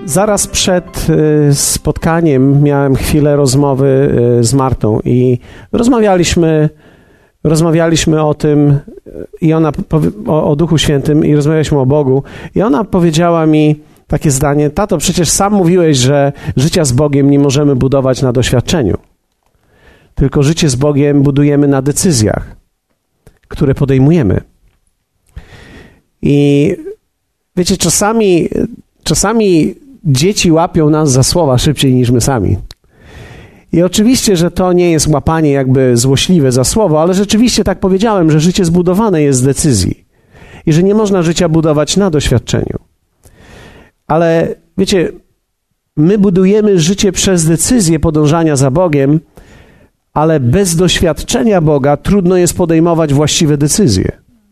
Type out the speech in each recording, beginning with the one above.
Zaraz przed spotkaniem miałem chwilę rozmowy z Martą i rozmawialiśmy o tym i ona o Duchu Świętym i rozmawialiśmy o Bogu i ona powiedziała mi takie zdanie: tato, przecież sam mówiłeś, że życia z Bogiem nie możemy budować na doświadczeniu, tylko życie z Bogiem budujemy na decyzjach, które podejmujemy. I wiecie, czasami dzieci łapią nas za słowa szybciej niż my sami. I oczywiście, że to nie jest łapanie jakby złośliwe za słowo, ale rzeczywiście tak powiedziałem, że życie zbudowane jest z decyzji i że nie można życia budować na doświadczeniu. Ale wiecie, my budujemy życie przez decyzję podążania za Bogiem, ale bez doświadczenia Boga trudno jest podejmować właściwe decyzje.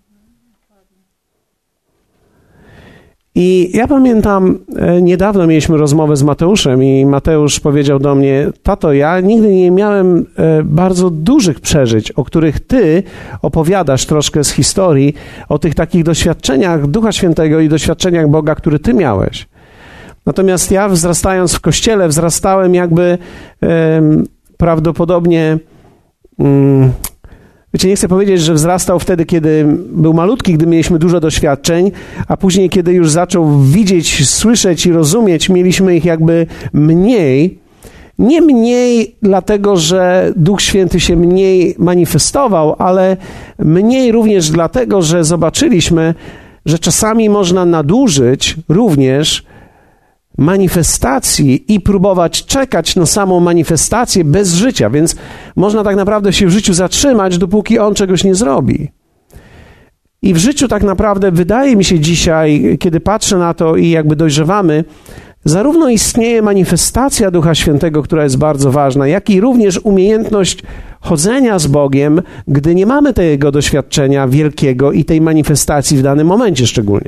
I ja pamiętam, niedawno mieliśmy rozmowę z Mateuszem i Mateusz powiedział do mnie: tato, ja nigdy nie miałem bardzo dużych przeżyć, o których ty opowiadasz troszkę z historii, o tych takich doświadczeniach Ducha Świętego i doświadczeniach Boga, które ty miałeś. Natomiast ja wzrastając w Kościele, wzrastałem jakby prawdopodobnie... Wiecie, nie chcę powiedzieć, że wzrastał wtedy, kiedy był malutki, gdy mieliśmy dużo doświadczeń, a później, kiedy już zaczął widzieć, słyszeć i rozumieć, mieliśmy ich jakby mniej. Nie mniej dlatego, że Duch Święty się mniej manifestował, ale mniej również dlatego, że zobaczyliśmy, że czasami można nadużyć również manifestacji i próbować czekać na samą manifestację bez życia, więc można tak naprawdę się w życiu zatrzymać, dopóki on czegoś nie zrobi. I w życiu tak naprawdę wydaje mi się dzisiaj, kiedy patrzę na to i jakby dojrzewamy, zarówno istnieje manifestacja Ducha Świętego, która jest bardzo ważna, jak i również umiejętność chodzenia z Bogiem, gdy nie mamy tego doświadczenia wielkiego i tej manifestacji w danym momencie szczególnie.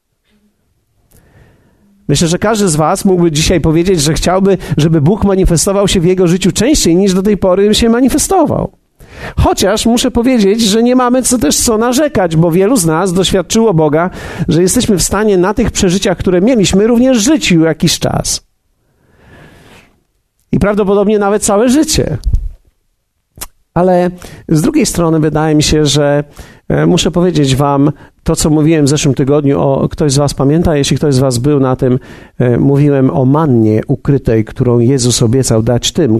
Myślę, że każdy z was mógłby dzisiaj powiedzieć, że chciałby, żeby Bóg manifestował się w jego życiu częściej niż do tej pory się manifestował. Chociaż muszę powiedzieć, że nie mamy co narzekać, bo wielu z nas doświadczyło Boga, że jesteśmy w stanie na tych przeżyciach, które mieliśmy, również żyć jakiś czas. I prawdopodobnie nawet całe życie. Ale z drugiej strony wydaje mi się, że muszę powiedzieć wam to, co mówiłem w zeszłym tygodniu. Ktoś z was pamięta? Jeśli ktoś z was był na tym, mówiłem o mannie ukrytej, którą Jezus obiecał dać tym,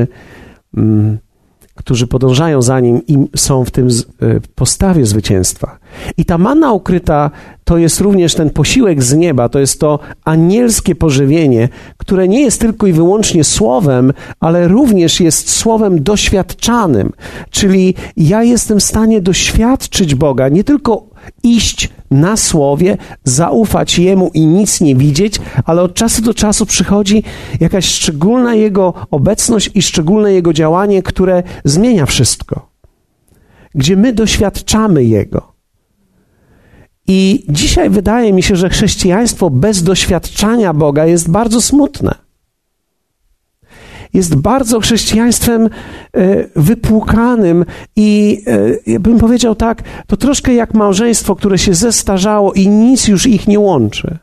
którzy podążają za Nim i są w tym postawie zwycięstwa. I ta manna ukryta to jest również ten posiłek z nieba, to jest to anielskie pożywienie, które nie jest tylko i wyłącznie słowem, ale również jest słowem doświadczanym. Czyli ja jestem w stanie doświadczyć Boga, nie tylko iść na słowie, zaufać Jemu i nic nie widzieć, ale od czasu do czasu przychodzi jakaś szczególna Jego obecność i szczególne Jego działanie, które zmienia wszystko. Gdzie my doświadczamy Jego. I dzisiaj wydaje mi się, że chrześcijaństwo bez doświadczania Boga jest bardzo smutne. Jest bardzo chrześcijaństwem wypłukanym i bym powiedział tak, to troszkę jak małżeństwo, które się zestarzało i nic już ich nie łączy.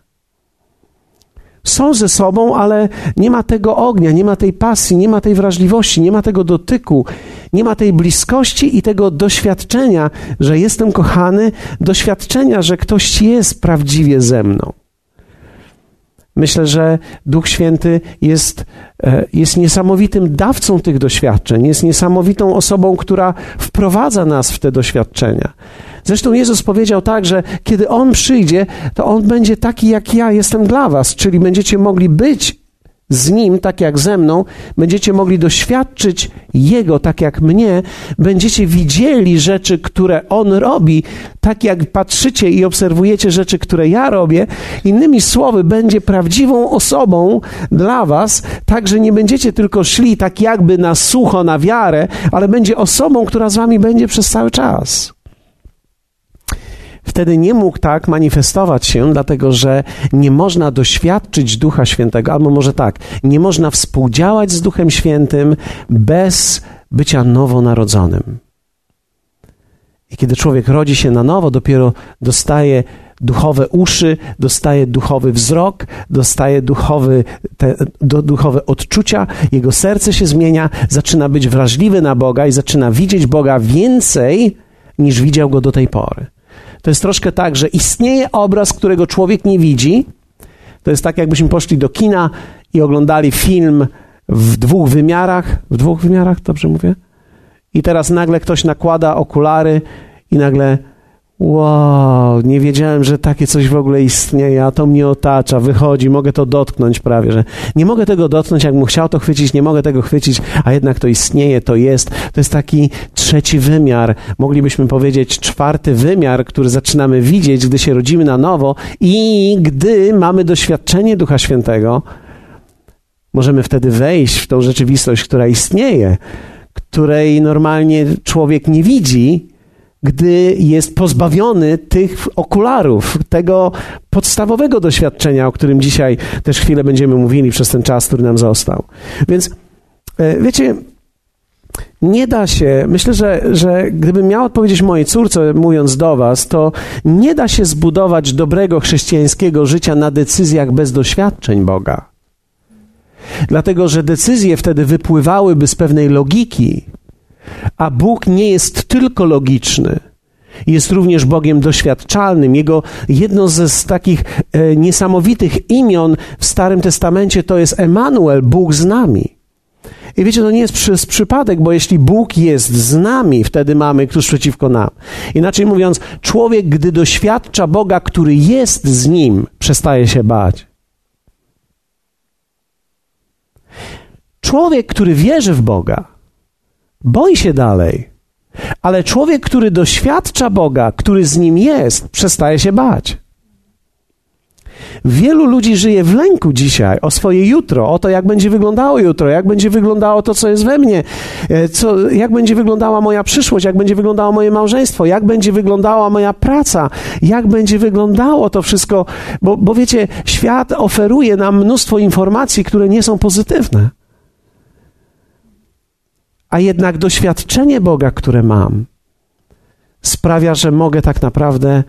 Są ze sobą, ale nie ma tego ognia, nie ma tej pasji, nie ma tej wrażliwości, nie ma tego dotyku, nie ma tej bliskości i tego doświadczenia, że jestem kochany, doświadczenia, że ktoś jest prawdziwie ze mną. Myślę, że Duch Święty jest niesamowitym dawcą tych doświadczeń, jest niesamowitą osobą, która wprowadza nas w te doświadczenia. Zresztą Jezus powiedział tak, że kiedy On przyjdzie, to On będzie taki jak ja jestem dla was, czyli będziecie mogli być z Nim, tak jak ze mną, będziecie mogli doświadczyć Jego, tak jak mnie, będziecie widzieli rzeczy, które On robi, tak jak patrzycie i obserwujecie rzeczy, które ja robię. Innymi słowy, będzie prawdziwą osobą dla was, tak, że nie będziecie tylko szli tak jakby na sucho, na wiarę, ale będzie osobą, która z wami będzie przez cały czas. Wtedy nie mógł tak manifestować się, dlatego że nie można doświadczyć Ducha Świętego, albo może tak, nie można współdziałać z Duchem Świętym bez bycia nowonarodzonym. I kiedy człowiek rodzi się na nowo, dopiero dostaje duchowe uszy, dostaje duchowy wzrok, dostaje duchowe odczucia, jego serce się zmienia, zaczyna być wrażliwy na Boga i zaczyna widzieć Boga więcej, niż widział Go do tej pory. To jest troszkę tak, że istnieje obraz, którego człowiek nie widzi. To jest tak, jakbyśmy poszli do kina i oglądali film w 2 wymiarach. W 2 wymiarach, dobrze mówię? I teraz nagle ktoś nakłada okulary i nagle wow, nie wiedziałem, że takie coś w ogóle istnieje, a to mnie otacza, wychodzi, mogę to dotknąć prawie, że nie mogę tego dotknąć, jakbym chciał to chwycić, nie mogę tego chwycić, a jednak to istnieje, to jest taki 3. wymiar, moglibyśmy powiedzieć 4. wymiar, który zaczynamy widzieć, gdy się rodzimy na nowo i gdy mamy doświadczenie Ducha Świętego, możemy wtedy wejść w tą rzeczywistość, która istnieje, której normalnie człowiek nie widzi, gdy jest pozbawiony tych okularów, tego podstawowego doświadczenia, o którym dzisiaj też chwilę będziemy mówili przez ten czas, który nam został. Więc wiecie, nie da się, myślę, że gdybym miał odpowiedzieć mojej córce, mówiąc do was, to nie da się zbudować dobrego chrześcijańskiego życia na decyzjach bez doświadczeń Boga. Dlatego, że decyzje wtedy wypływałyby z pewnej logiki, a Bóg nie jest tylko logiczny. Jest również Bogiem doświadczalnym. Jego jedno z takich niesamowitych imion w Starym Testamencie to jest Emanuel, Bóg z nami. I wiecie, to nie jest przez przypadek, bo jeśli Bóg jest z nami, wtedy mamy któż przeciwko nam. Inaczej mówiąc, człowiek, gdy doświadcza Boga, który jest z nim, przestaje się bać. Człowiek, który wierzy w Boga, boi się dalej, ale człowiek, który doświadcza Boga, który z nim jest, przestaje się bać. Wielu ludzi żyje w lęku dzisiaj o swoje jutro, o to, jak będzie wyglądało jutro, jak będzie wyglądało to, co jest we mnie, jak będzie wyglądała moja przyszłość, jak będzie wyglądało moje małżeństwo, jak będzie wyglądała moja praca, jak będzie wyglądało to wszystko, bo wiecie, świat oferuje nam mnóstwo informacji, które nie są pozytywne. A jednak doświadczenie Boga, które mam, sprawia, że mogę tak naprawdę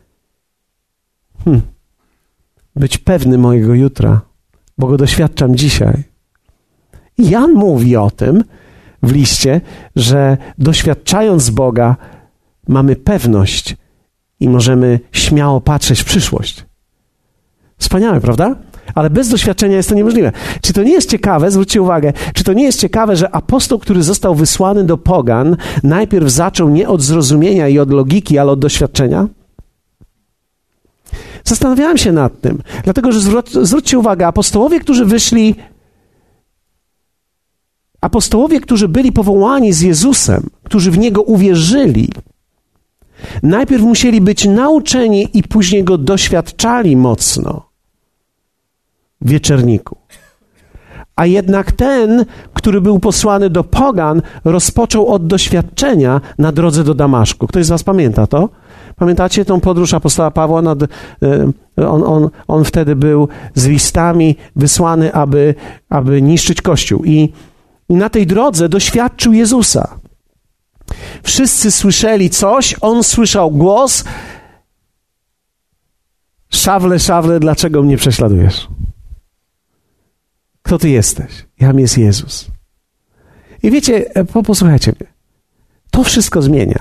być pewny mojego jutra, bo go doświadczam dzisiaj. I Jan mówi o tym w liście, że doświadczając Boga mamy pewność i możemy śmiało patrzeć w przyszłość. Wspaniałe, prawda? Ale bez doświadczenia jest to niemożliwe. Czy to nie jest ciekawe, zwróćcie uwagę, czy to nie jest ciekawe, że apostoł, który został wysłany do pogan, najpierw zaczął nie od zrozumienia i od logiki, ale od doświadczenia? Zastanawiałem się nad tym, dlatego że zwróćcie uwagę, apostołowie, którzy byli powołani z Jezusem, którzy w Niego uwierzyli, najpierw musieli być nauczeni i później Go doświadczali mocno w wieczerniku. A jednak ten, który był posłany do pogan, rozpoczął od doświadczenia na drodze do Damaszku. Ktoś z was pamięta to? Pamiętacie tą podróż apostoła Pawła? On wtedy był z listami wysłany, aby niszczyć Kościół. I na tej drodze doświadczył Jezusa. Wszyscy słyszeli coś, on słyszał głos. Szawle, Szawle, dlaczego mnie prześladujesz? Kto ty jesteś? Jam jest Jezus. I wiecie, posłuchajcie mnie. To wszystko zmienia.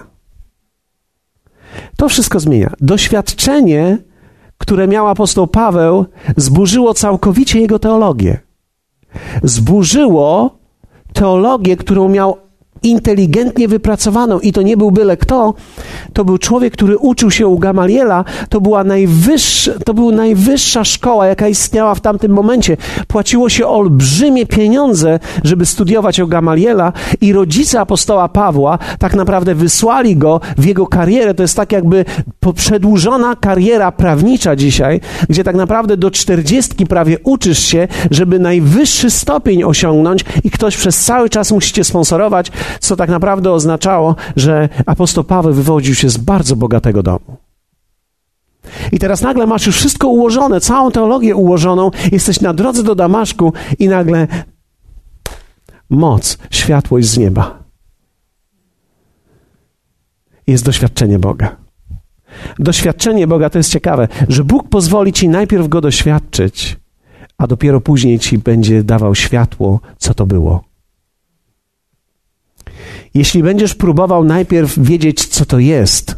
To wszystko zmienia. Doświadczenie, które miał apostoł Paweł, zburzyło całkowicie jego teologię. Zburzyło teologię, którą miał inteligentnie wypracowaną i to nie był byle kto, to był człowiek, który uczył się u Gamaliela, to była najwyższa szkoła, jaka istniała w tamtym momencie. Płaciło się olbrzymie pieniądze, żeby studiować u Gamaliela i rodzice apostoła Pawła tak naprawdę wysłali go w jego karierę. To jest tak jakby przedłużona kariera prawnicza dzisiaj, gdzie tak naprawdę do 40 prawie uczysz się, żeby najwyższy stopień osiągnąć i ktoś przez cały czas musi cię sponsorować, co tak naprawdę oznaczało, że apostoł Paweł wywodził się z bardzo bogatego domu. I teraz nagle masz już wszystko ułożone, całą teologię ułożoną, jesteś na drodze do Damaszku i nagle moc, światłość z nieba. Jest doświadczenie Boga. Doświadczenie Boga to jest ciekawe, że Bóg pozwoli ci najpierw Go doświadczyć, a dopiero później ci będzie dawał światło, co to było. Jeśli będziesz próbował najpierw wiedzieć, co to jest,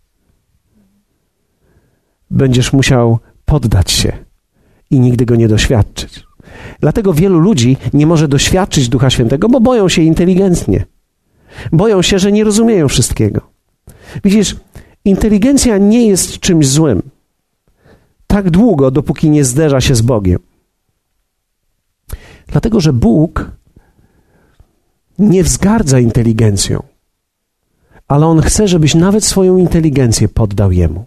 będziesz musiał poddać się i nigdy Go nie doświadczyć. Dlatego wielu ludzi nie może doświadczyć Ducha Świętego, bo boją się inteligentnie. Boją się, że nie rozumieją wszystkiego. Widzisz, inteligencja nie jest czymś złym. Tak długo, dopóki nie zderza się z Bogiem. Dlatego, że Bóg nie wzgardza inteligencją, ale On chce, żebyś nawet swoją inteligencję poddał Jemu.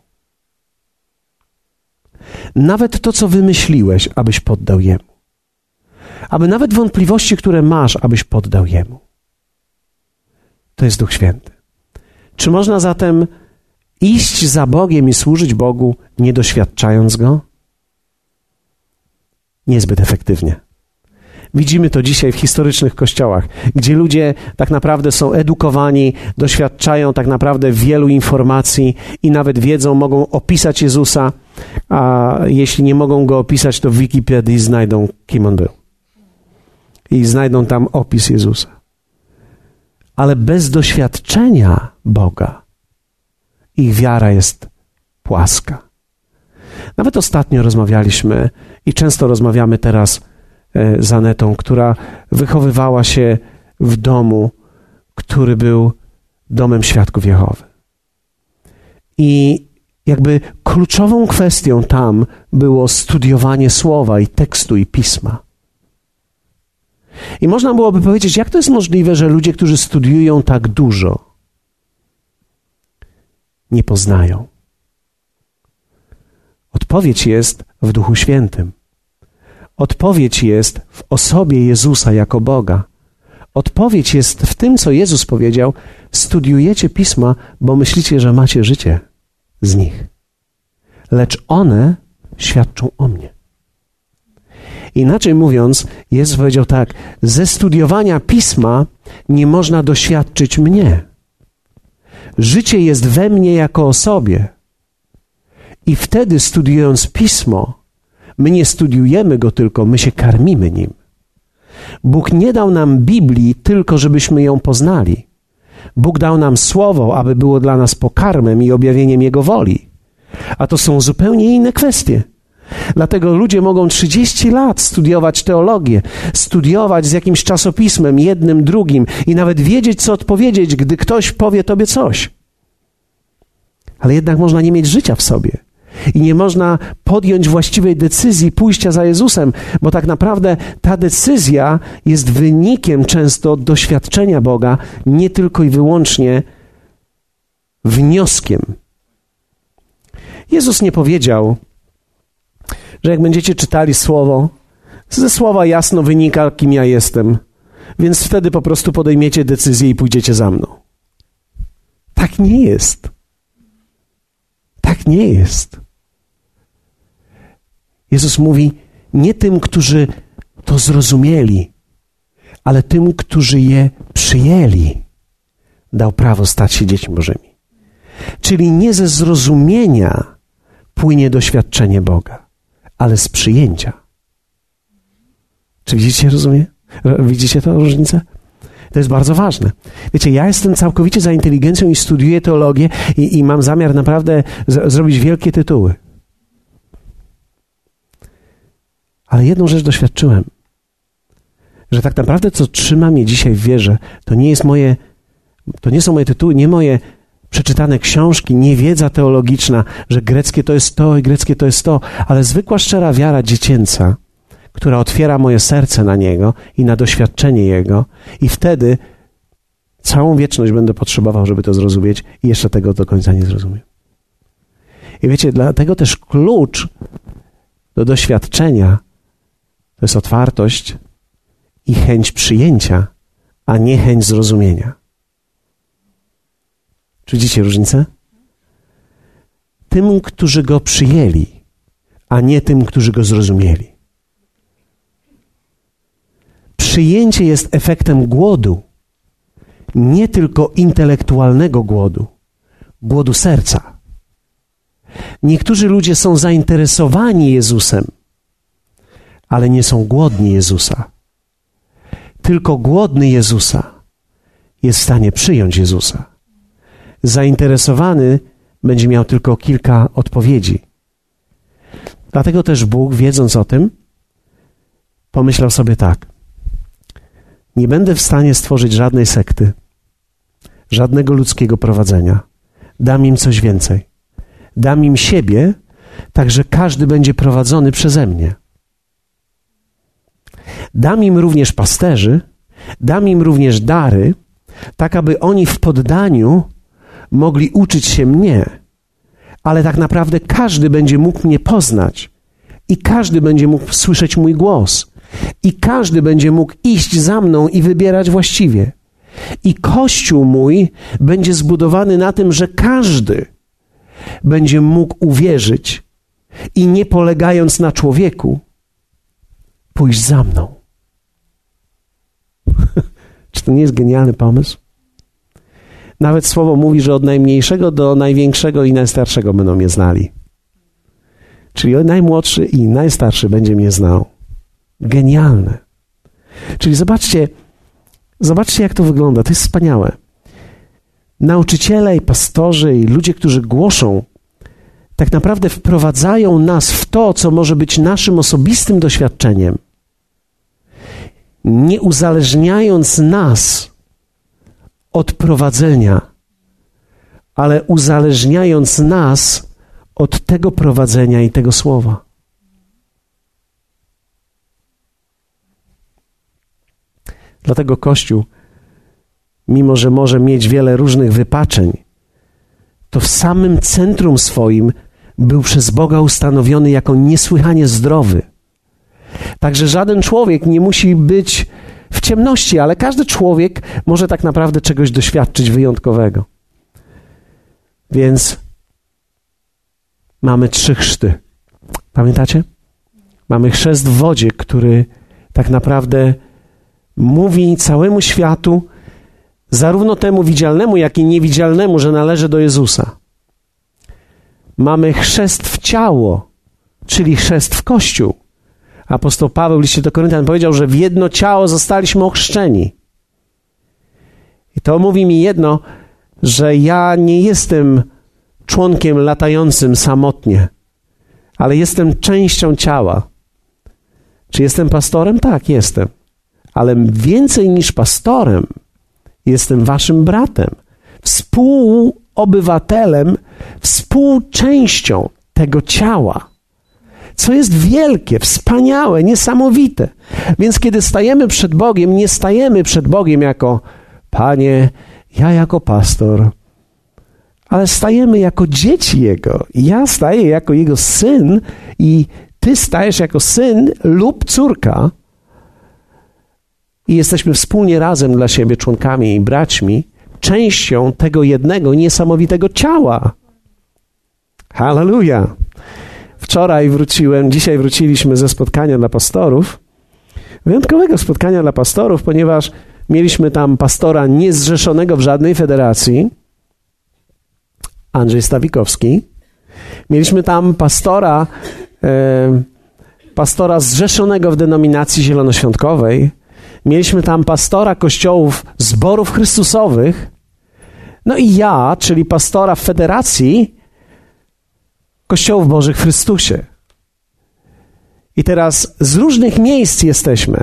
Nawet to, co wymyśliłeś, abyś poddał Jemu. Aby nawet wątpliwości, które masz, abyś poddał Jemu. To jest Duch Święty. Czy można zatem iść za Bogiem i służyć Bogu, nie doświadczając Go? Niezbyt efektywnie. Widzimy to dzisiaj w historycznych kościołach, gdzie ludzie tak naprawdę są edukowani, doświadczają tak naprawdę wielu informacji i nawet wiedzą, mogą opisać Jezusa, a jeśli nie mogą Go opisać, to w Wikipedii znajdą, kim On był. I znajdą tam opis Jezusa. Ale bez doświadczenia Boga ich wiara jest płaska. Nawet ostatnio rozmawialiśmy i często rozmawiamy teraz z Anetą, która wychowywała się w domu, który był domem Świadków Jehowy. I jakby kluczową kwestią tam było studiowanie Słowa i tekstu i Pisma. I można byłoby powiedzieć, jak to jest możliwe, że ludzie, którzy studiują tak dużo, nie poznają. Odpowiedź jest w Duchu Świętym. Odpowiedź jest w osobie Jezusa jako Boga. Odpowiedź jest w tym, co Jezus powiedział: studiujecie Pisma, bo myślicie, że macie życie z nich. Lecz one świadczą o mnie. Inaczej mówiąc, Jezus powiedział tak: ze studiowania Pisma nie można doświadczyć mnie. Życie jest we mnie jako osobie. I wtedy, studiując Pismo, my nie studiujemy go tylko, my się karmimy nim. Bóg nie dał nam Biblii tylko, żebyśmy ją poznali. Bóg dał nam Słowo, aby było dla nas pokarmem i objawieniem Jego woli. A to są zupełnie inne kwestie. Dlatego ludzie mogą 30 lat studiować teologię, studiować z jakimś czasopismem, jednym, drugim i nawet wiedzieć, co odpowiedzieć, gdy ktoś powie tobie coś. Ale jednak można nie mieć życia w sobie. I nie można podjąć właściwej decyzji pójścia za Jezusem, bo tak naprawdę ta decyzja jest wynikiem często doświadczenia Boga, nie tylko i wyłącznie wnioskiem. Jezus nie powiedział, że jak będziecie czytali Słowo, ze Słowa jasno wynika, kim ja jestem, więc wtedy po prostu podejmiecie decyzję i pójdziecie za mną. Tak nie jest. Tak nie jest. Jezus mówi nie tym, którzy to zrozumieli, ale tym, którzy je przyjęli, dał prawo stać się dziećmi Bożymi. Czyli nie ze zrozumienia płynie doświadczenie Boga, ale z przyjęcia. Czy widzicie, rozumie? Widzicie tę różnicę? To jest bardzo ważne. Wiecie, ja jestem całkowicie za inteligencją i studiuję teologię i mam zamiar naprawdę zrobić wielkie tytuły. Ale jedną rzecz doświadczyłem, że tak naprawdę co trzyma mnie dzisiaj w wierze, to nie są moje tytuły, nie moje przeczytane książki, nie wiedza teologiczna, że greckie to jest to i greckie to jest to, ale zwykła, szczera wiara dziecięca, która otwiera moje serce na Niego i na doświadczenie Jego i wtedy całą wieczność będę potrzebował, żeby to zrozumieć i jeszcze tego do końca nie zrozumiem. I wiecie, dlatego też klucz do doświadczenia to jest otwartość i chęć przyjęcia, a nie chęć zrozumienia. Czy widzicie różnicę? Tym, którzy Go przyjęli, a nie tym, którzy Go zrozumieli. Przyjęcie jest efektem głodu, nie tylko intelektualnego głodu, głodu serca. Niektórzy ludzie są zainteresowani Jezusem, ale nie są głodni Jezusa. Tylko głodny Jezusa jest w stanie przyjąć Jezusa. Zainteresowany będzie miał tylko kilka odpowiedzi. Dlatego też Bóg, wiedząc o tym, pomyślał sobie tak: nie będę w stanie stworzyć żadnej sekty, żadnego ludzkiego prowadzenia. Dam im coś więcej. Dam im siebie, tak że każdy będzie prowadzony przeze mnie. Dam im również pasterzy, dam im również dary, tak aby oni w poddaniu mogli uczyć się mnie, ale tak naprawdę każdy będzie mógł mnie poznać i każdy będzie mógł słyszeć mój głos i każdy będzie mógł iść za mną i wybierać właściwie. I Kościół mój będzie zbudowany na tym, że każdy będzie mógł uwierzyć i nie polegając na człowieku, pójść za mną. Czy to nie jest genialny pomysł? Nawet słowo mówi, że od najmniejszego do największego i najstarszego będą mnie znali. Czyli najmłodszy i najstarszy będzie mnie znał. Genialne. Czyli zobaczcie, jak to wygląda. To jest wspaniałe. Nauczyciele i pastorzy i ludzie, którzy głoszą, tak naprawdę wprowadzają nas w to, co może być naszym osobistym doświadczeniem, nie uzależniając nas od prowadzenia, ale uzależniając nas od tego prowadzenia i tego słowa. Dlatego Kościół, mimo że może mieć wiele różnych wypaczeń, to w samym centrum swoim był przez Boga ustanowiony jako niesłychanie zdrowy. Także żaden człowiek nie musi być w ciemności, ale każdy człowiek może tak naprawdę czegoś doświadczyć wyjątkowego. Więc mamy 3 chrzty. Pamiętacie? Mamy chrzest w wodzie, który tak naprawdę mówi całemu światu, zarówno temu widzialnemu, jak i niewidzialnemu, że należy do Jezusa. Mamy chrzest w ciało, czyli chrzest w Kościół. Apostoł Paweł w liście do Koryntian powiedział, że w jedno ciało zostaliśmy ochrzczeni. I to mówi mi jedno, że ja nie jestem członkiem latającym samotnie, ale jestem częścią ciała. Czy jestem pastorem? Tak, jestem. Ale więcej niż pastorem, jestem waszym bratem, współobywatelem, współczęścią tego ciała, co jest wielkie, wspaniałe, niesamowite. Więc kiedy stajemy przed Bogiem, nie stajemy przed Bogiem jako: Panie, ja jako pastor, ale stajemy jako dzieci Jego. Ja staję jako Jego syn i Ty stajesz jako syn lub córka i jesteśmy wspólnie razem dla siebie członkami i braćmi, częścią tego jednego niesamowitego ciała. Halleluja! Dzisiaj wróciliśmy ze spotkania dla pastorów, wyjątkowego spotkania dla pastorów, ponieważ mieliśmy tam pastora niezrzeszonego w żadnej federacji, Andrzej Stawikowski. Mieliśmy tam pastora zrzeszonego w denominacji zielonoświątkowej. Mieliśmy tam pastora kościołów zborów chrystusowych. No i ja, czyli pastora w federacji Kościołów Bożych w Chrystusie. I teraz z różnych miejsc jesteśmy.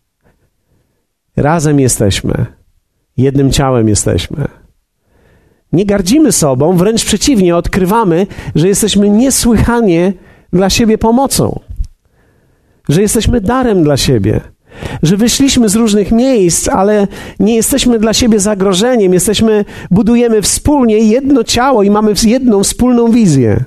Razem jesteśmy. Jednym ciałem jesteśmy. Nie gardzimy sobą, wręcz przeciwnie, odkrywamy, że jesteśmy niesłychanie dla siebie pomocą. Że jesteśmy darem dla siebie. Że wyszliśmy z różnych miejsc, ale nie jesteśmy dla siebie zagrożeniem. Budujemy wspólnie jedno ciało i mamy jedną wspólną wizję.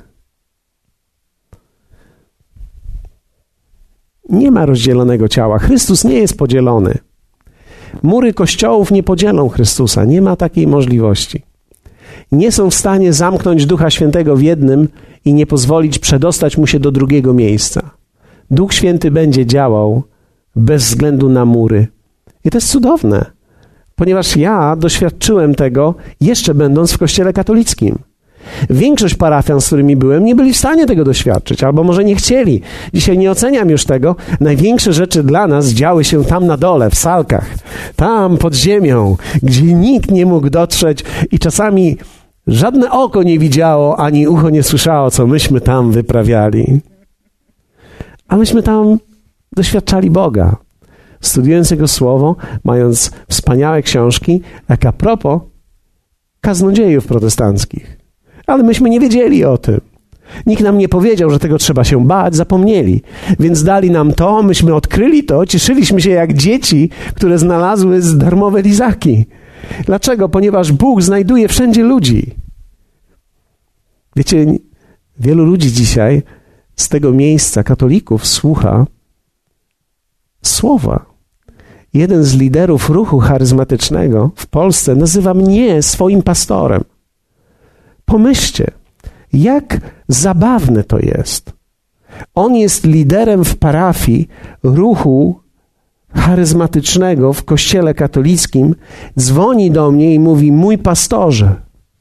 Nie ma rozdzielonego ciała. Chrystus nie jest podzielony. Mury kościołów nie podzielą Chrystusa. Nie ma takiej możliwości. Nie są w stanie zamknąć Ducha Świętego w jednym i nie pozwolić przedostać Mu się do drugiego miejsca. Duch Święty będzie działał bez względu na mury. I to jest cudowne, ponieważ ja doświadczyłem tego jeszcze będąc w Kościele katolickim. Większość parafian, z którymi byłem, nie byli w stanie tego doświadczyć, albo może nie chcieli. Dzisiaj nie oceniam już tego. Największe rzeczy dla nas działy się tam na dole, w salkach, tam pod ziemią, gdzie nikt nie mógł dotrzeć i czasami żadne oko nie widziało, ani ucho nie słyszało, co myśmy tam wyprawiali. A myśmy tam doświadczali Boga, studiując Jego Słowo, mając wspaniałe książki, jak a propos kaznodziejów protestanckich. Ale myśmy nie wiedzieli o tym. Nikt nam nie powiedział, że tego trzeba się bać, zapomnieli. Więc dali nam to, myśmy odkryli to, cieszyliśmy się jak dzieci, które znalazły darmowe lizaki. Dlaczego? Ponieważ Bóg znajduje wszędzie ludzi. Wiecie, wielu ludzi dzisiaj z tego miejsca, katolików, słucha słowa. Jeden z liderów ruchu charyzmatycznego w Polsce nazywa mnie swoim pastorem. Pomyślcie, jak zabawne to jest. On jest liderem w parafii ruchu charyzmatycznego w kościele katolickim, dzwoni do mnie i mówi: mój pastorze.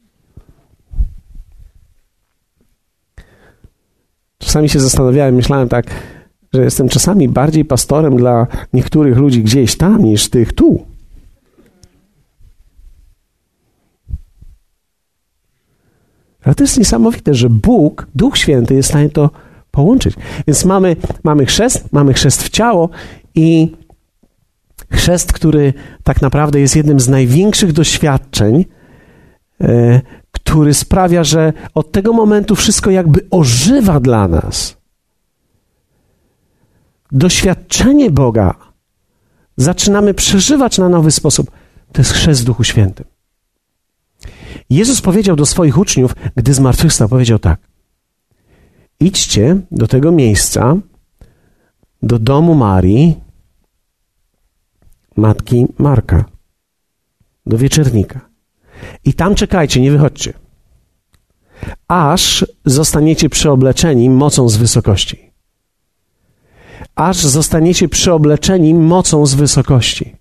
Czasami się zastanawiałem, myślałem tak, że jestem czasami bardziej pastorem dla niektórych ludzi gdzieś tam niż tych tu. Ale to jest niesamowite, że Bóg, Duch Święty jest w stanie to połączyć. Więc mamy chrzest w ciało i chrzest, który tak naprawdę jest jednym z największych doświadczeń, który sprawia, że od tego momentu wszystko jakby ożywa dla nas. Doświadczenie Boga zaczynamy przeżywać na nowy sposób. To jest chrzest w Duchu Świętym. Jezus powiedział do swoich uczniów, gdy zmartwychwstał, powiedział tak: idźcie do tego miejsca, do domu Marii, matki Marka, do wieczernika. I tam czekajcie, nie wychodźcie, aż zostaniecie przyobleczeni mocą z wysokości. Aż zostaniecie przyobleczeni mocą z wysokości.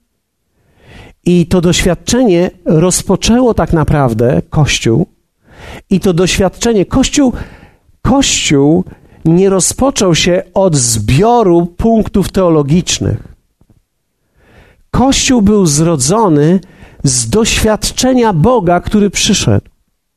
I to doświadczenie rozpoczęło tak naprawdę Kościół. I to doświadczenie, Kościół nie rozpoczął się od zbioru punktów teologicznych. Kościół był zrodzony z doświadczenia Boga, który przyszedł.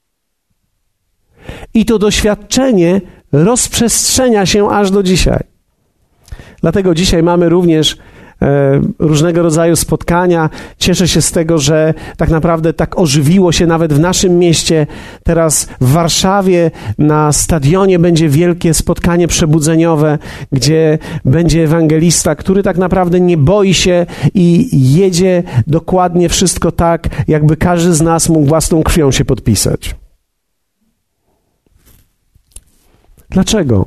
I to doświadczenie rozprzestrzenia się aż do dzisiaj. Dlatego dzisiaj mamy również różnego rodzaju spotkania. Cieszę się z tego, że tak naprawdę tak ożywiło się nawet w naszym mieście. Teraz w Warszawie na stadionie będzie wielkie spotkanie przebudzeniowe, gdzie będzie ewangelista, który tak naprawdę nie boi się i jedzie dokładnie wszystko tak, jakby każdy z nas mógł własną krwią się podpisać. Dlaczego?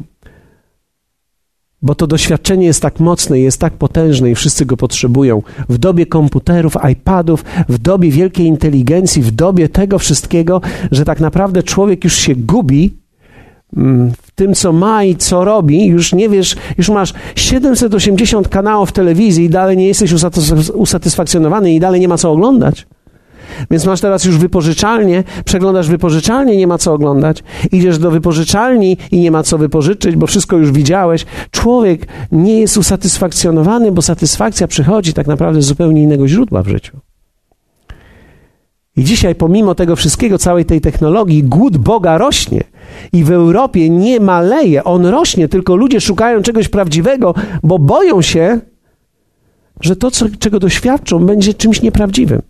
Bo to doświadczenie jest tak mocne, jest tak potężne i wszyscy go potrzebują. W dobie komputerów, iPadów, w dobie wielkiej inteligencji, w dobie tego wszystkiego, że tak naprawdę człowiek już się gubi w tym, co ma i co robi. Już nie wiesz, już masz 780 kanałów w telewizji i dalej nie jesteś usatysfakcjonowany i dalej nie ma co oglądać. Więc masz teraz już wypożyczalnię, przeglądasz wypożyczalnię, nie ma co oglądać. Idziesz do wypożyczalni i nie ma co wypożyczyć, bo wszystko już widziałeś. Człowiek nie jest usatysfakcjonowany, bo satysfakcja przychodzi tak naprawdę z zupełnie innego źródła w życiu. I dzisiaj pomimo tego wszystkiego, całej tej technologii, głód Boga rośnie. I w Europie nie maleje, on rośnie, tylko ludzie szukają czegoś prawdziwego, bo boją się, że to, czego doświadczą, będzie czymś nieprawdziwym.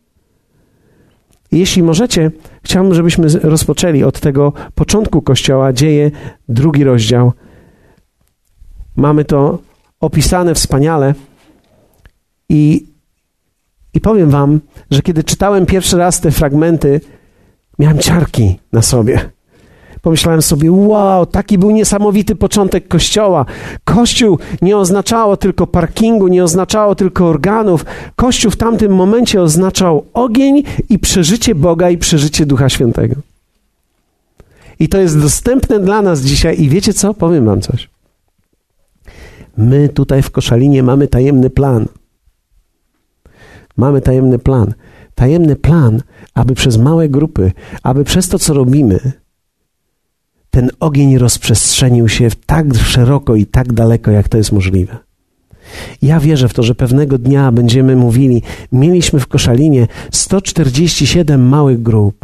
Jeśli możecie, chciałbym, żebyśmy rozpoczęli od tego początku Kościoła, Dzieje, 2 rozdział. Mamy to opisane wspaniale i powiem wam, że kiedy czytałem pierwszy raz te fragmenty, miałem ciarki na sobie. Pomyślałem sobie, wow, taki był niesamowity początek Kościoła. Kościół nie oznaczało tylko parkingu, nie oznaczało tylko organów. Kościół w tamtym momencie oznaczał ogień i przeżycie Boga i przeżycie Ducha Świętego. I to jest dostępne dla nas dzisiaj. I wiecie co? Powiem wam coś. My tutaj w Koszalinie mamy tajemny plan. Mamy tajemny plan. tajemny plan, aby przez małe grupy, aby przez to, co robimy, ten ogień rozprzestrzenił się tak szeroko i tak daleko, jak to jest możliwe. Ja wierzę w to, że pewnego dnia będziemy mówili, mieliśmy w Koszalinie 147 małych grup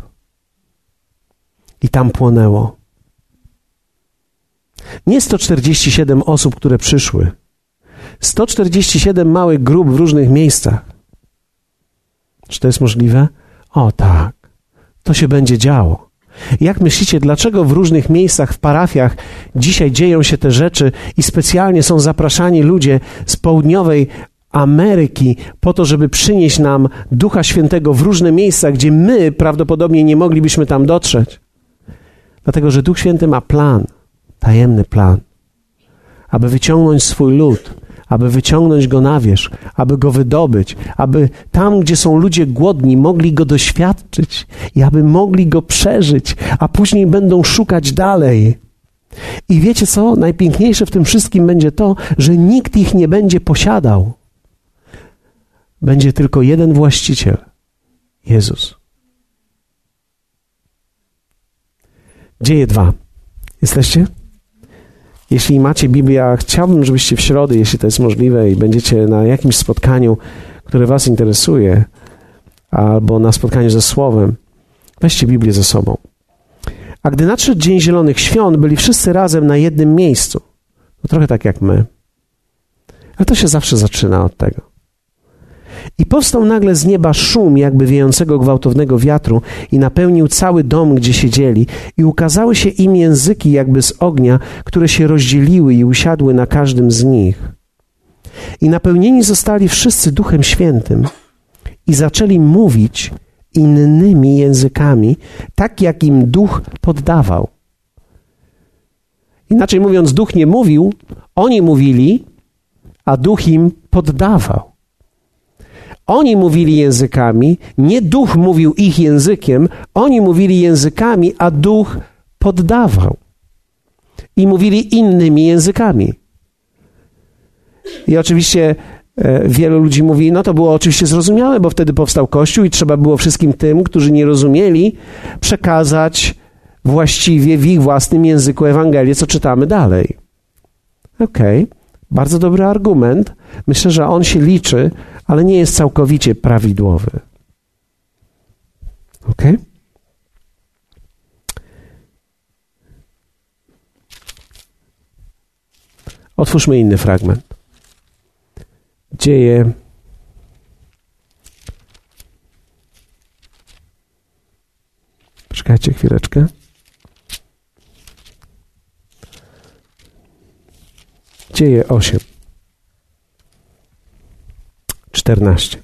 i tam płonęło. Nie 147 osób, które przyszły. 147 małych grup w różnych miejscach. Czy to jest możliwe? O tak, to się będzie działo. Jak myślicie, dlaczego w różnych miejscach, w parafiach dzisiaj dzieją się te rzeczy i specjalnie są zapraszani ludzie z południowej Ameryki po to, żeby przynieść nam Ducha Świętego w różne miejsca, gdzie my prawdopodobnie nie moglibyśmy tam dotrzeć? Dlatego, że Duch Święty ma plan, tajemny plan, aby wyciągnąć swój lud, aby wyciągnąć go na wierzch, aby go wydobyć, aby tam, gdzie są ludzie głodni, mogli go doświadczyć i aby mogli go przeżyć, a później będą szukać dalej. I wiecie co? Najpiękniejsze w tym wszystkim będzie to, że nikt ich nie będzie posiadał. Będzie tylko jeden właściciel. Jezus. Dzieje 2. Jesteście? Jeśli macie Biblię, chciałbym, żebyście w środę, jeśli to jest możliwe i będziecie na jakimś spotkaniu, które was interesuje, albo na spotkaniu ze Słowem, weźcie Biblię ze sobą. A gdy nadszedł Dzień Zielonych Świąt, byli wszyscy razem na jednym miejscu. No, trochę tak jak my. Ale to się zawsze zaczyna od tego. I powstał nagle z nieba szum jakby wiejącego gwałtownego wiatru i napełnił cały dom, gdzie siedzieli, i ukazały się im języki jakby z ognia, które się rozdzieliły i usiadły na każdym z nich. I napełnieni zostali wszyscy Duchem Świętym i zaczęli mówić innymi językami, tak jak im Duch poddawał. Inaczej mówiąc, Duch nie mówił, oni mówili, a Duch im poddawał. Oni mówili językami, nie Duch mówił ich językiem, oni mówili językami, a Duch poddawał. I mówili innymi językami. I oczywiście wielu ludzi mówi, no to było oczywiście zrozumiałe, bo wtedy powstał Kościół i trzeba było wszystkim tym, którzy nie rozumieli, przekazać właściwie w ich własnym języku Ewangelię, co czytamy dalej. Okej. Bardzo dobry argument. Myślę, że on się liczy, ale nie jest całkowicie prawidłowy. Ok? Otwórzmy inny fragment. Dzieje. Poczekajcie chwileczkę. Dzieje 8. 14.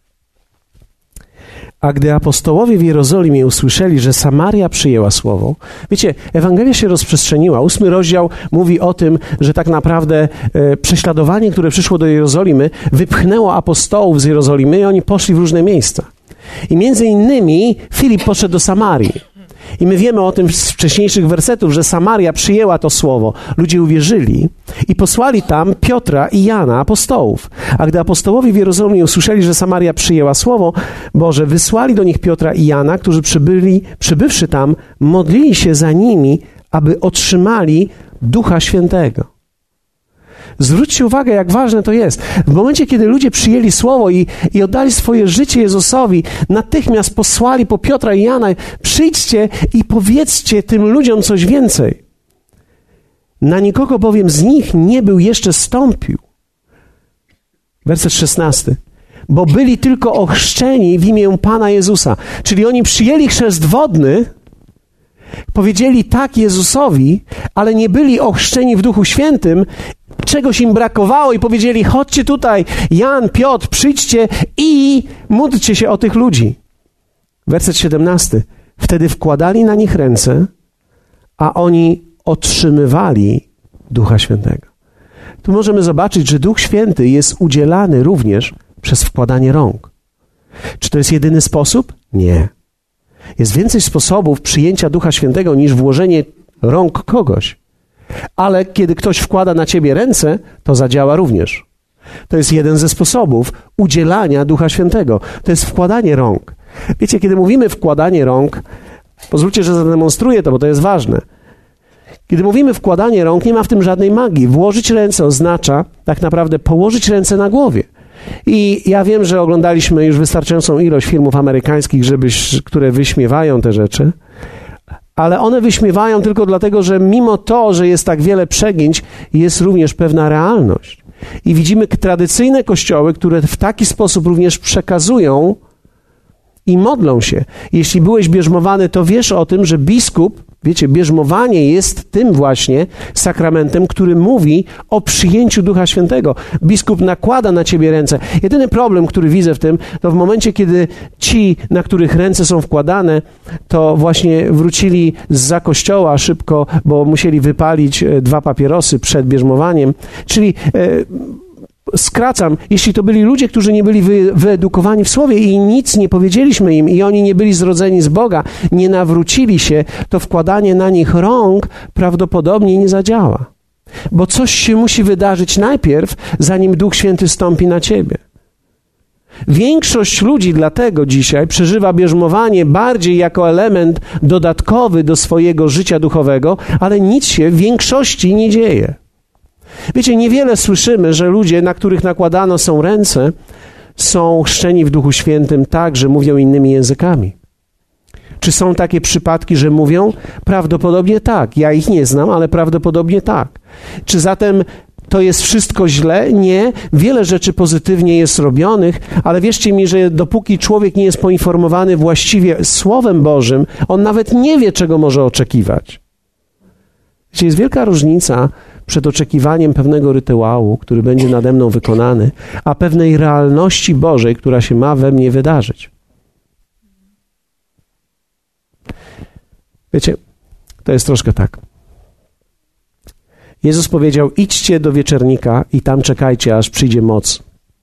A gdy apostołowie w Jerozolimie usłyszeli, że Samaria przyjęła słowo, wiecie, Ewangelia się rozprzestrzeniła. 8 rozdział mówi o tym, że tak naprawdę prześladowanie, które przyszło do Jerozolimy, wypchnęło apostołów z Jerozolimy i oni poszli w różne miejsca. I między innymi Filip poszedł do Samarii. I my wiemy o tym z wcześniejszych wersetów, że Samaria przyjęła to słowo. Ludzie uwierzyli i posłali tam Piotra i Jana, apostołów. A gdy apostołowie w Jerozolimie usłyszeli, że Samaria przyjęła słowo Boże, wysłali do nich Piotra i Jana, którzy przybywszy tam, modlili się za nimi, aby otrzymali Ducha Świętego. Zwróćcie uwagę, jak ważne to jest. W momencie, kiedy ludzie przyjęli słowo i oddali swoje życie Jezusowi, natychmiast posłali po Piotra i Jana: przyjdźcie i powiedzcie tym ludziom coś więcej. Na nikogo bowiem z nich nie był jeszcze zstąpił. Werset 16. Bo byli tylko ochrzczeni w imię Pana Jezusa. Czyli oni przyjęli chrzest wodny, powiedzieli tak Jezusowi, ale nie byli ochrzczeni w Duchu Świętym. Czegoś im brakowało i powiedzieli: chodźcie tutaj, Jan, Piotr, przyjdźcie i módlcie się o tych ludzi. Werset 17. Wtedy wkładali na nich ręce, a oni otrzymywali Ducha Świętego. Tu możemy zobaczyć, że Duch Święty jest udzielany również przez wkładanie rąk. Czy to jest jedyny sposób? Nie. Jest więcej sposobów przyjęcia Ducha Świętego niż włożenie rąk kogoś. Ale kiedy ktoś wkłada na ciebie ręce, to zadziała również. To jest jeden ze sposobów udzielania Ducha Świętego. To jest wkładanie rąk. Wiecie, kiedy mówimy wkładanie rąk, pozwólcie, że zademonstruję to, bo to jest ważne. Kiedy mówimy wkładanie rąk, nie ma w tym żadnej magii. Włożyć ręce oznacza tak naprawdę położyć ręce na głowie. I ja wiem, że oglądaliśmy już wystarczającą ilość filmów amerykańskich, które wyśmiewają te rzeczy, ale one wyśmiewają tylko dlatego, że mimo to, że jest tak wiele przegięć, jest również pewna realność. I widzimy tradycyjne kościoły, które w taki sposób również przekazują i modlą się. Jeśli byłeś bierzmowany, to wiesz o tym, że biskup, wiecie, bierzmowanie jest tym właśnie sakramentem, który mówi o przyjęciu Ducha Świętego. Biskup nakłada na ciebie ręce. Jedyny problem, który widzę w tym, to w momencie, kiedy ci, na których ręce są wkładane, to właśnie wrócili zza kościoła szybko, bo musieli wypalić 2 papierosy przed bierzmowaniem. Czyli skracam, jeśli to byli ludzie, którzy nie byli wyedukowani w Słowie i nic nie powiedzieliśmy im i oni nie byli zrodzeni z Boga, nie nawrócili się, to wkładanie na nich rąk prawdopodobnie nie zadziała. Bo coś się musi wydarzyć najpierw, zanim Duch Święty stąpi na ciebie. Większość ludzi dlatego dzisiaj przeżywa bierzmowanie bardziej jako element dodatkowy do swojego życia duchowego, ale nic się w większości nie dzieje. Wiecie, niewiele słyszymy, że ludzie, na których nakładano są ręce, są chrzczeni w Duchu Świętym tak, że mówią innymi językami. Czy są takie przypadki, że mówią? Prawdopodobnie tak. Ja ich nie znam, ale prawdopodobnie tak. Czy zatem to jest wszystko źle? Nie. Wiele rzeczy pozytywnie jest robionych, ale wierzcie mi, że dopóki człowiek nie jest poinformowany właściwie Słowem Bożym, on nawet nie wie, czego może oczekiwać. Wiecie, jest wielka różnica przed oczekiwaniem pewnego rytuału, który będzie nade mną wykonany, a pewnej realności Bożej, która się ma we mnie wydarzyć. Wiecie, to jest troszkę tak. Jezus powiedział, idźcie do wieczernika i tam czekajcie, aż przyjdzie moc.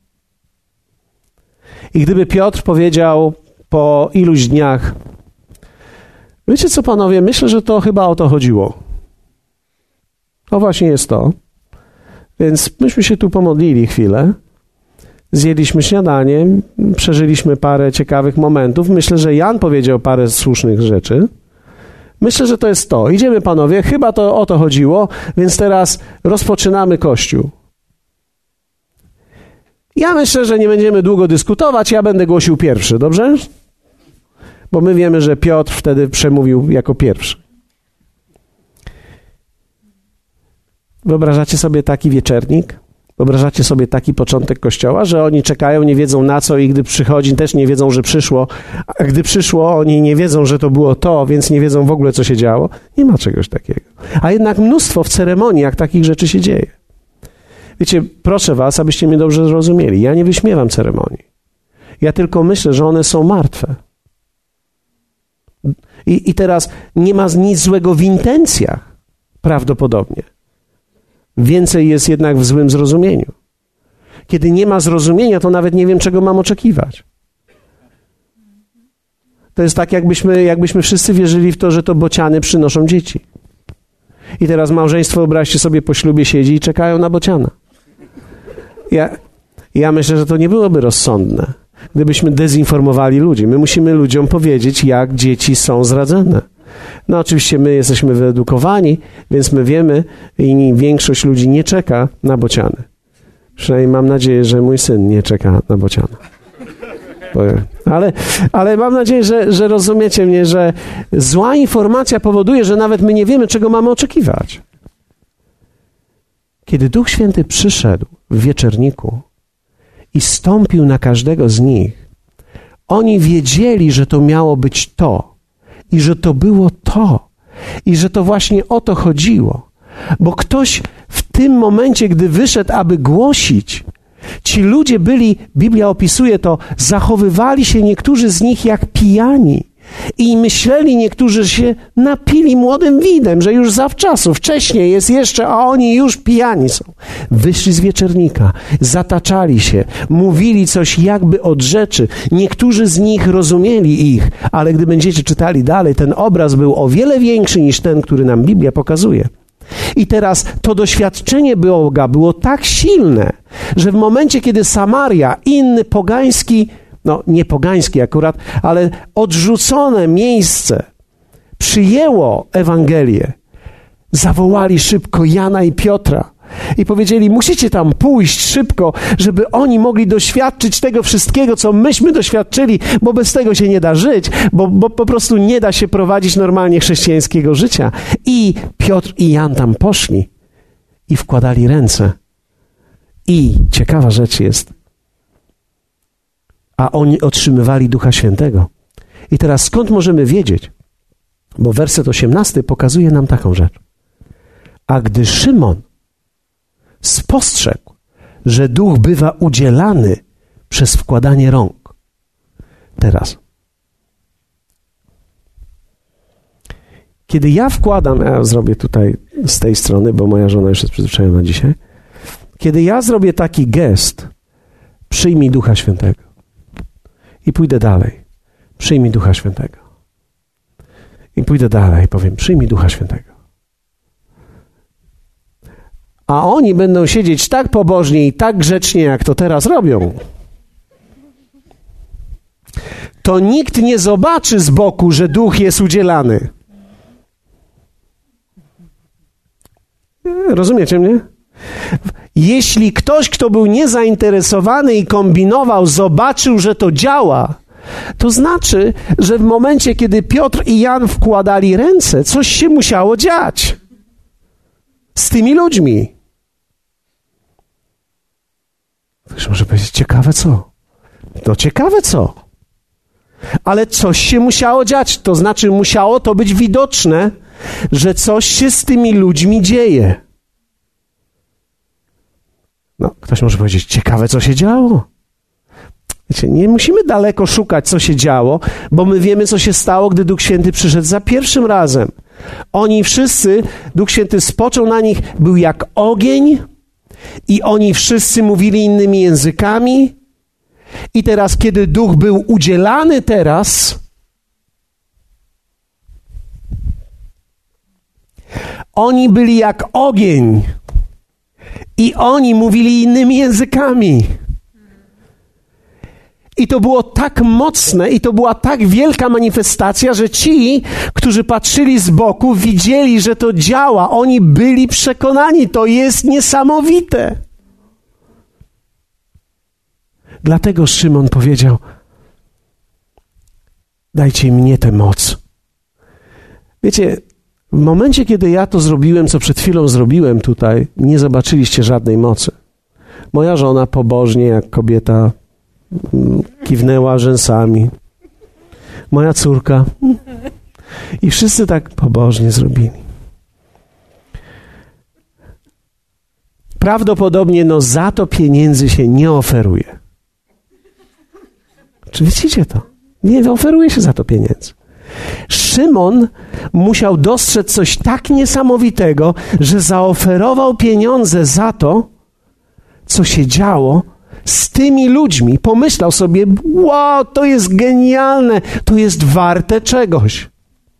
I gdyby Piotr powiedział po iluś dniach, wiecie co, panowie, myślę, że to chyba o to chodziło. To właśnie jest to. Więc myśmy się tu pomodlili chwilę, zjedliśmy śniadanie, przeżyliśmy parę ciekawych momentów. Myślę, że Jan powiedział parę słusznych rzeczy. Myślę, że to jest to. Idziemy, panowie, chyba to o to chodziło, więc teraz rozpoczynamy Kościół. Ja myślę, że nie będziemy długo dyskutować, ja będę głosił pierwszy, dobrze? Bo my wiemy, że Piotr wtedy przemówił jako pierwszy. Wyobrażacie sobie taki wieczernik? Wyobrażacie sobie taki początek Kościoła, że oni czekają, nie wiedzą na co i gdy przychodzi, też nie wiedzą, że przyszło, a gdy przyszło, oni nie wiedzą, że to było to, więc nie wiedzą w ogóle, co się działo? Nie ma czegoś takiego. A jednak mnóstwo w ceremoniach takich rzeczy się dzieje. Wiecie, proszę was, abyście mnie dobrze zrozumieli. Ja nie wyśmiewam ceremonii. Ja tylko myślę, że one są martwe. I teraz nie ma nic złego w intencjach, prawdopodobnie. Więcej jest jednak w złym zrozumieniu. Kiedy nie ma zrozumienia, to nawet nie wiem, czego mam oczekiwać. To jest tak, jakbyśmy wszyscy wierzyli w to, że to bociany przynoszą dzieci. I teraz małżeństwo, wyobraźcie sobie, po ślubie siedzi i czekają na bociana. Ja myślę, że to nie byłoby rozsądne, gdybyśmy dezinformowali ludzi. My musimy ludziom powiedzieć, jak dzieci są zradzane. No oczywiście my jesteśmy wyedukowani, więc my wiemy i większość ludzi nie czeka na bociany. Przynajmniej mam nadzieję, że mój syn nie czeka na bociana. Ale mam nadzieję, że rozumiecie mnie, że zła informacja powoduje, że nawet my nie wiemy, czego mamy oczekiwać. Kiedy Duch Święty przyszedł w wieczerniku i stąpił na każdego z nich, oni wiedzieli, że to miało być to. I że to było to. I że to właśnie o to chodziło. Bo ktoś w tym momencie, gdy wyszedł, aby głosić, ci ludzie byli, Biblia opisuje to, zachowywali się niektórzy z nich jak pijani. I myśleli niektórzy, że się napili młodym winem, że już zawczasu, wcześniej jest jeszcze, a oni już pijani są. Wyszli z wieczernika, zataczali się, mówili coś jakby od rzeczy. Niektórzy z nich rozumieli ich, ale gdy będziecie czytali dalej, ten obraz był o wiele większy niż ten, który nam Biblia pokazuje. I teraz to doświadczenie Boga było tak silne, że w momencie, kiedy Samaria, inny pogański no nie pogańskie akurat, ale odrzucone miejsce przyjęło Ewangelię, zawołali szybko Jana i Piotra i powiedzieli, musicie tam pójść szybko, żeby oni mogli doświadczyć tego wszystkiego, co myśmy doświadczyli, bo bez tego się nie da żyć, bo po prostu nie da się prowadzić normalnie chrześcijańskiego życia. I Piotr i Jan tam poszli i wkładali ręce. I ciekawa rzecz jest, a oni otrzymywali Ducha Świętego. I teraz skąd możemy wiedzieć? Bo werset 18 pokazuje nam taką rzecz. A gdy Szymon spostrzegł, że Duch bywa udzielany przez wkładanie rąk. Teraz. Kiedy ja wkładam, ja zrobię tutaj z tej strony, bo moja żona już jest przyzwyczajona dzisiaj. Kiedy ja zrobię taki gest, przyjmij Ducha Świętego. I pójdę dalej. Przyjmij Ducha Świętego. I pójdę dalej i powiem, przyjmij Ducha Świętego. A oni będą siedzieć tak pobożnie i tak grzecznie, jak to teraz robią. To nikt nie zobaczy z boku, że Duch jest udzielany. Rozumiecie mnie? Jeśli ktoś, kto był niezainteresowany i kombinował, zobaczył, że to działa, to znaczy, że w momencie, kiedy Piotr i Jan wkładali ręce, coś się musiało dziać z tymi ludźmi. Ktoś może powiedzieć, ciekawe co? No ciekawe co? Ale coś się musiało dziać, to znaczy musiało to być widoczne, że coś się z tymi ludźmi dzieje. No, ktoś może powiedzieć, ciekawe co się działo. Wiecie, nie musimy daleko szukać, co się działo, bo my wiemy, co się stało, gdy Duch Święty przyszedł za pierwszym razem. Oni wszyscy, Duch Święty spoczął na nich, był jak ogień i oni wszyscy mówili innymi językami. I teraz, kiedy Duch był udzielany teraz, oni byli jak ogień i oni mówili innymi językami. I to było tak mocne i to była tak wielka manifestacja, że ci, którzy patrzyli z boku, widzieli, że to działa. Oni byli przekonani, to jest niesamowite. Dlatego Szymon powiedział, dajcie mnie tę moc. Wiecie, w momencie, kiedy ja to zrobiłem, co przed chwilą zrobiłem tutaj, nie zobaczyliście żadnej mocy. Moja żona pobożnie, jak kobieta, kiwnęła rzęsami. Moja córka. I wszyscy tak pobożnie zrobili. Prawdopodobnie za to pieniędzy się nie oferuje. Czy widzicie to? Nie oferuje się za to pieniędzy. Szymon musiał dostrzec coś tak niesamowitego, że zaoferował pieniądze za to, co się działo z tymi ludźmi. Pomyślał sobie, wow, to jest genialne, to jest warte czegoś.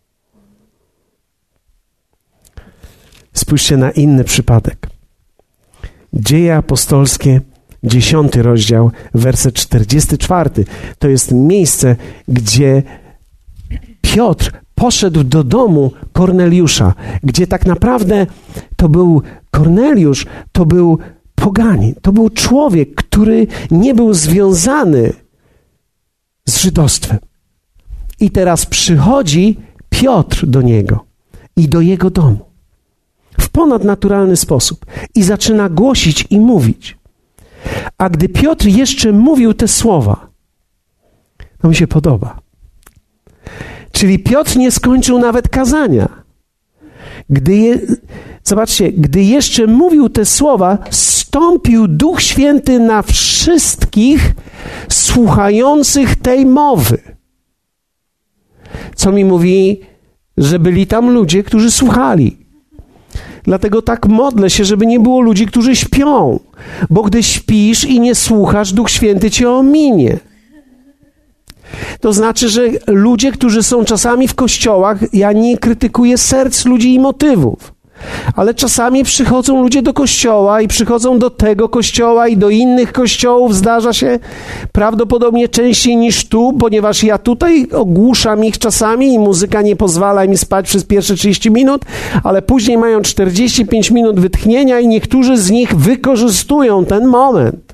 Spójrzcie na inny przypadek. Dzieje apostolskie, 10 rozdział, werset 44. To jest miejsce, gdzie Piotr poszedł do domu Korneliusza, gdzie tak naprawdę to był Korneliusz, to był poganin, to był człowiek, który nie był związany z żydostwem. I teraz przychodzi Piotr do niego i do jego domu w ponadnaturalny sposób i zaczyna głosić i mówić. A gdy Piotr jeszcze mówił te słowa, to mi się podoba. Czyli Piotr nie skończył nawet kazania. Zobaczcie, gdy jeszcze mówił te słowa, stąpił Duch Święty na wszystkich słuchających tej mowy. Co mi mówi, że byli tam ludzie, którzy słuchali. Dlatego tak modlę się, żeby nie było ludzi, którzy śpią. Bo gdy śpisz i nie słuchasz, Duch Święty cię ominie. To znaczy, że ludzie, którzy są czasami w kościołach, ja nie krytykuję serc ludzi i motywów. Ale czasami przychodzą ludzie do kościoła i przychodzą do tego kościoła i do innych kościołów, zdarza się prawdopodobnie częściej niż tu, ponieważ ja tutaj ogłuszam ich czasami i muzyka nie pozwala im spać przez pierwsze 30 minut, ale później mają 45 minut wytchnienia i niektórzy z nich wykorzystują ten moment.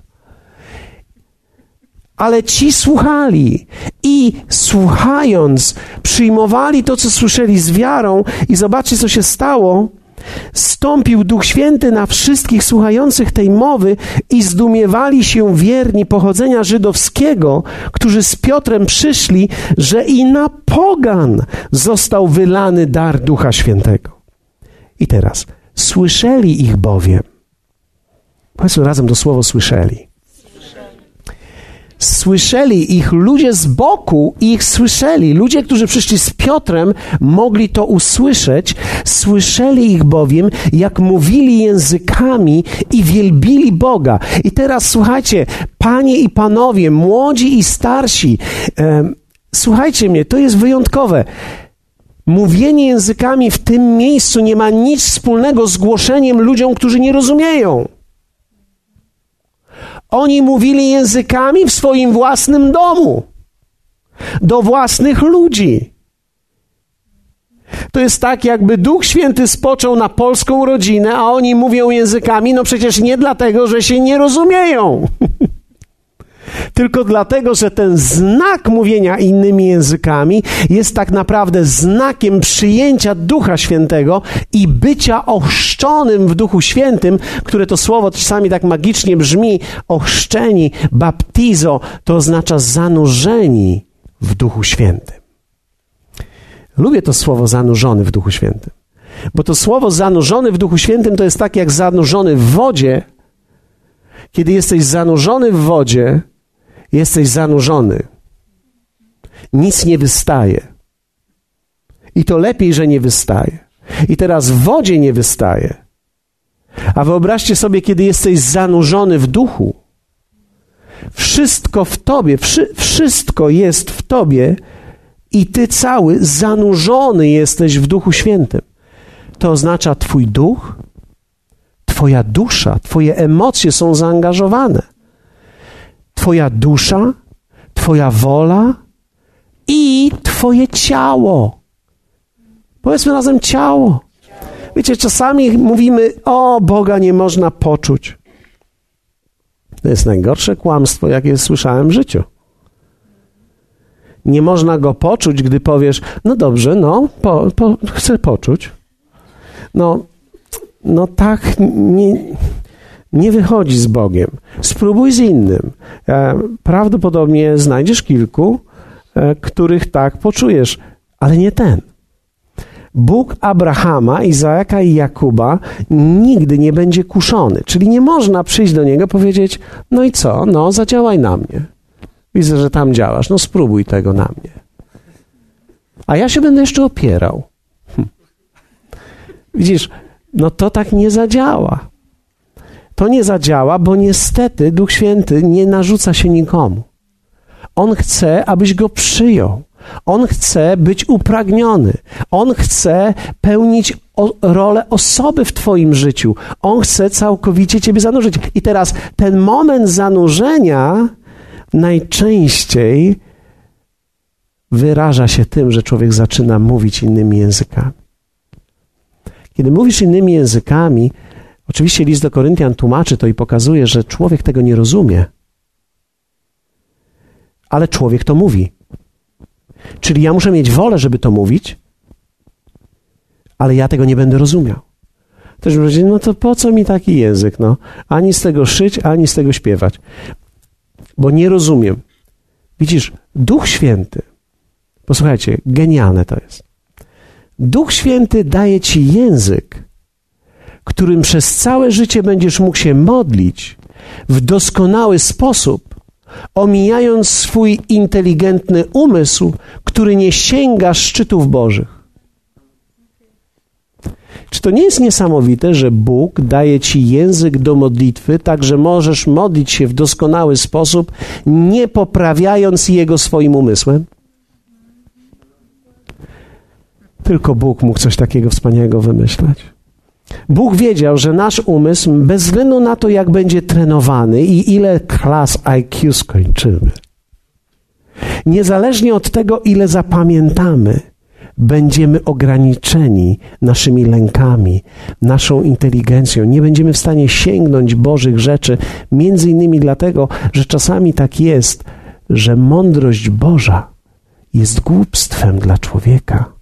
Ale ci słuchali i słuchając przyjmowali to, co słyszeli z wiarą i zobaczcie, co się stało. Stąpił Duch Święty na wszystkich słuchających tej mowy i zdumiewali się wierni pochodzenia żydowskiego, którzy z Piotrem przyszli, że i na pogan został wylany dar Ducha Świętego. I teraz, słyszeli ich bowiem. Powiedzmy razem to słowo słyszeli. Słyszeli ich ludzie z boku, ich słyszeli. Ludzie, którzy przyszli z Piotrem, mogli to usłyszeć. Słyszeli ich bowiem, jak mówili językami i wielbili Boga. I teraz słuchajcie, panie i panowie, młodzi i starsi, słuchajcie mnie, to jest wyjątkowe. Mówienie językami w tym miejscu nie ma nic wspólnego z głoszeniem ludziom, którzy nie rozumieją. Oni mówili językami w swoim własnym domu, do własnych ludzi. To jest tak, jakby Duch Święty spoczął na polską rodzinę, a oni mówią językami, no przecież nie dlatego, że się nie rozumieją. Tylko dlatego, że ten znak mówienia innymi językami jest tak naprawdę znakiem przyjęcia Ducha Świętego i bycia ochrzczonym w Duchu Świętym, które to słowo czasami tak magicznie brzmi, ochrzczeni, baptizo, to oznacza zanurzeni w Duchu Świętym. Lubię to słowo zanurzony w Duchu Świętym, bo to słowo zanurzony w Duchu Świętym to jest tak jak zanurzony w wodzie. Kiedy jesteś zanurzony w wodzie, jesteś zanurzony. Nic nie wystaje. I to lepiej, że nie wystaje. I teraz w wodzie nie wystaje. A wyobraźcie sobie, kiedy jesteś zanurzony w duchu. Wszystko w tobie, wszystko jest w tobie i ty cały zanurzony jesteś w Duchu Świętym. To oznacza twój duch, twoja dusza, twoje emocje są zaangażowane. Twoja dusza, twoja wola i twoje ciało. Powiedzmy razem ciało. Wiecie, czasami mówimy, o, Boga nie można poczuć. To jest najgorsze kłamstwo, jakie słyszałem w życiu. Nie można Go poczuć, gdy powiesz, no dobrze, no, chcę poczuć. No tak nie wychodzi z Bogiem. Spróbuj z innym. Prawdopodobnie znajdziesz kilku, których tak poczujesz, ale nie ten. Bóg Abrahama, Izaaka i Jakuba nigdy nie będzie kuszony. Czyli nie można przyjść do Niego i powiedzieć, no i co? No, zadziałaj na mnie. Widzę, że tam działasz. No spróbuj tego na mnie. A ja się będę jeszcze opierał. Widzisz, no to tak nie zadziała. To nie zadziała, bo niestety Duch Święty nie narzuca się nikomu. On chce, abyś Go przyjął. On chce być upragniony. On chce pełnić rolę osoby w twoim życiu. On chce całkowicie ciebie zanurzyć. I teraz ten moment zanurzenia najczęściej wyraża się tym, że człowiek zaczyna mówić innymi językami. Kiedy mówisz innymi językami, oczywiście list do Koryntian tłumaczy to i pokazuje, że człowiek tego nie rozumie. Ale człowiek to mówi. Czyli ja muszę mieć wolę, żeby to mówić, ale ja tego nie będę rozumiał. Ktoś będzie, no to po co mi taki język? No, ani z tego szyć, ani z tego śpiewać. Bo nie rozumiem. Widzisz, Duch Święty, posłuchajcie, genialne to jest. Duch Święty daje ci język, którym przez całe życie będziesz mógł się modlić w doskonały sposób, omijając swój inteligentny umysł, który nie sięga szczytów bożych. Czy to nie jest niesamowite, że Bóg daje ci język do modlitwy, tak że możesz modlić się w doskonały sposób, nie poprawiając jego swoim umysłem? Tylko Bóg mógł coś takiego wspaniałego wymyślać. Bóg wiedział, że nasz umysł, bez względu na to, jak będzie trenowany i ile klas IQ skończymy, niezależnie od tego, ile zapamiętamy, będziemy ograniczeni naszymi lękami, naszą inteligencją. Nie będziemy w stanie sięgnąć Bożych rzeczy, między innymi dlatego, że czasami tak jest, że mądrość Boża jest głupstwem dla człowieka.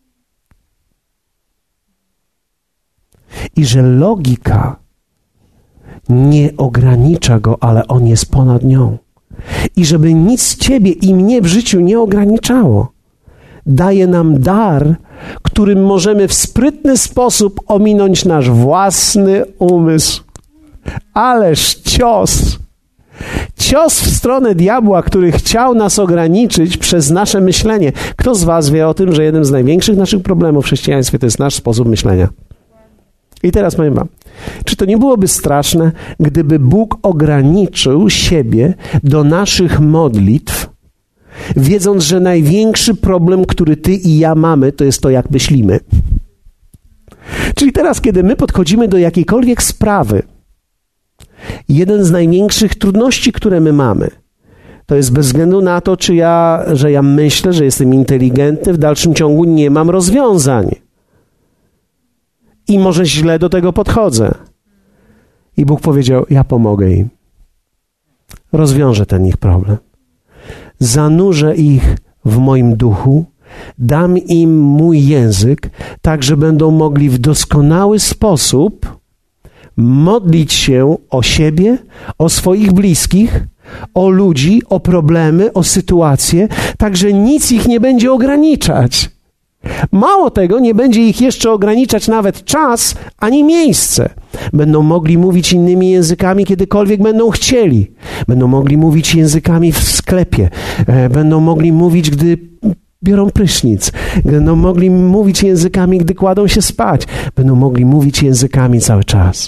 I że logika nie ogranicza go, ale on jest ponad nią. I żeby nic ciebie i mnie w życiu nie ograniczało, daje nam dar, którym możemy w sprytny sposób ominąć nasz własny umysł. Ależ cios! Cios w stronę diabła, który chciał nas ograniczyć przez nasze myślenie. Kto z was wie o tym, że jeden z największych naszych problemów w chrześcijaństwie to jest nasz sposób myślenia? I teraz powiem wam, czy to nie byłoby straszne, gdyby Bóg ograniczył siebie do naszych modlitw, wiedząc, że największy problem, który ty i ja mamy, to jest to, jak myślimy. Czyli teraz, kiedy my podchodzimy do jakiejkolwiek sprawy, jeden z największych trudności, które my mamy, to jest bez względu na to, że ja myślę, że jestem inteligentny, w dalszym ciągu nie mam rozwiązań. I może źle do tego podchodzę. I Bóg powiedział, ja pomogę im. Rozwiążę ten ich problem. Zanurzę ich w moim duchu, dam im mój język, tak że będą mogli w doskonały sposób modlić się o siebie, o swoich bliskich, o ludzi, o problemy, o sytuacje, tak że nic ich nie będzie ograniczać. Mało tego, nie będzie ich jeszcze ograniczać nawet czas, ani miejsce. Będą mogli mówić innymi językami, kiedykolwiek będą chcieli. Będą mogli mówić językami w sklepie. Będą mogli mówić, gdy biorą prysznic. Będą mogli mówić językami, gdy kładą się spać. Będą mogli mówić językami cały czas.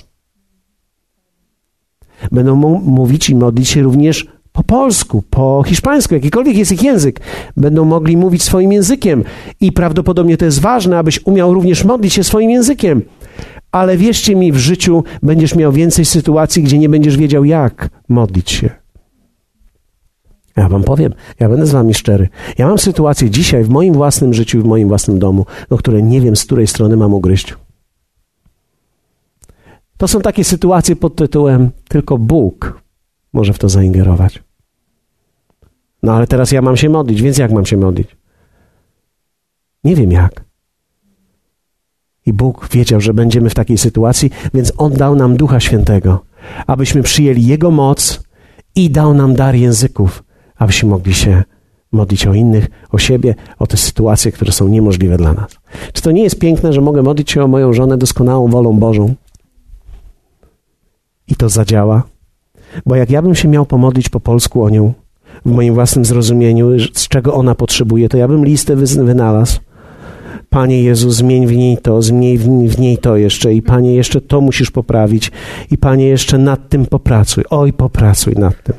Będą mówić i modlić się również po polsku, po hiszpańsku, jakikolwiek jest ich język. Będą mogli mówić swoim językiem. I prawdopodobnie to jest ważne, abyś umiał również modlić się swoim językiem. Ale wierzcie mi, w życiu będziesz miał więcej sytuacji, gdzie nie będziesz wiedział, jak modlić się. Ja wam powiem, ja będę z wami szczery. Ja mam sytuację dzisiaj w moim własnym życiu, w moim własnym domu, które nie wiem, z której strony mam ugryźć. To są takie sytuacje pod tytułem tylko Bóg może w to zaingerować. No ale teraz ja mam się modlić, więc jak mam się modlić? Nie wiem jak. I Bóg wiedział, że będziemy w takiej sytuacji, więc On dał nam Ducha Świętego, abyśmy przyjęli Jego moc i dał nam dar języków, abyśmy mogli się modlić o innych, o siebie, o te sytuacje, które są niemożliwe dla nas. Czy to nie jest piękne, że mogę modlić się o moją żonę doskonałą wolą Bożą? I to zadziała? Bo jak ja bym się miał pomodlić po polsku o nią, w moim własnym zrozumieniu, z czego ona potrzebuje, to ja bym listę wynalazł. Panie Jezu, zmień w niej to, zmień w niej to jeszcze i Panie, jeszcze to musisz poprawić i Panie, jeszcze nad tym popracuj. Oj, popracuj nad tym.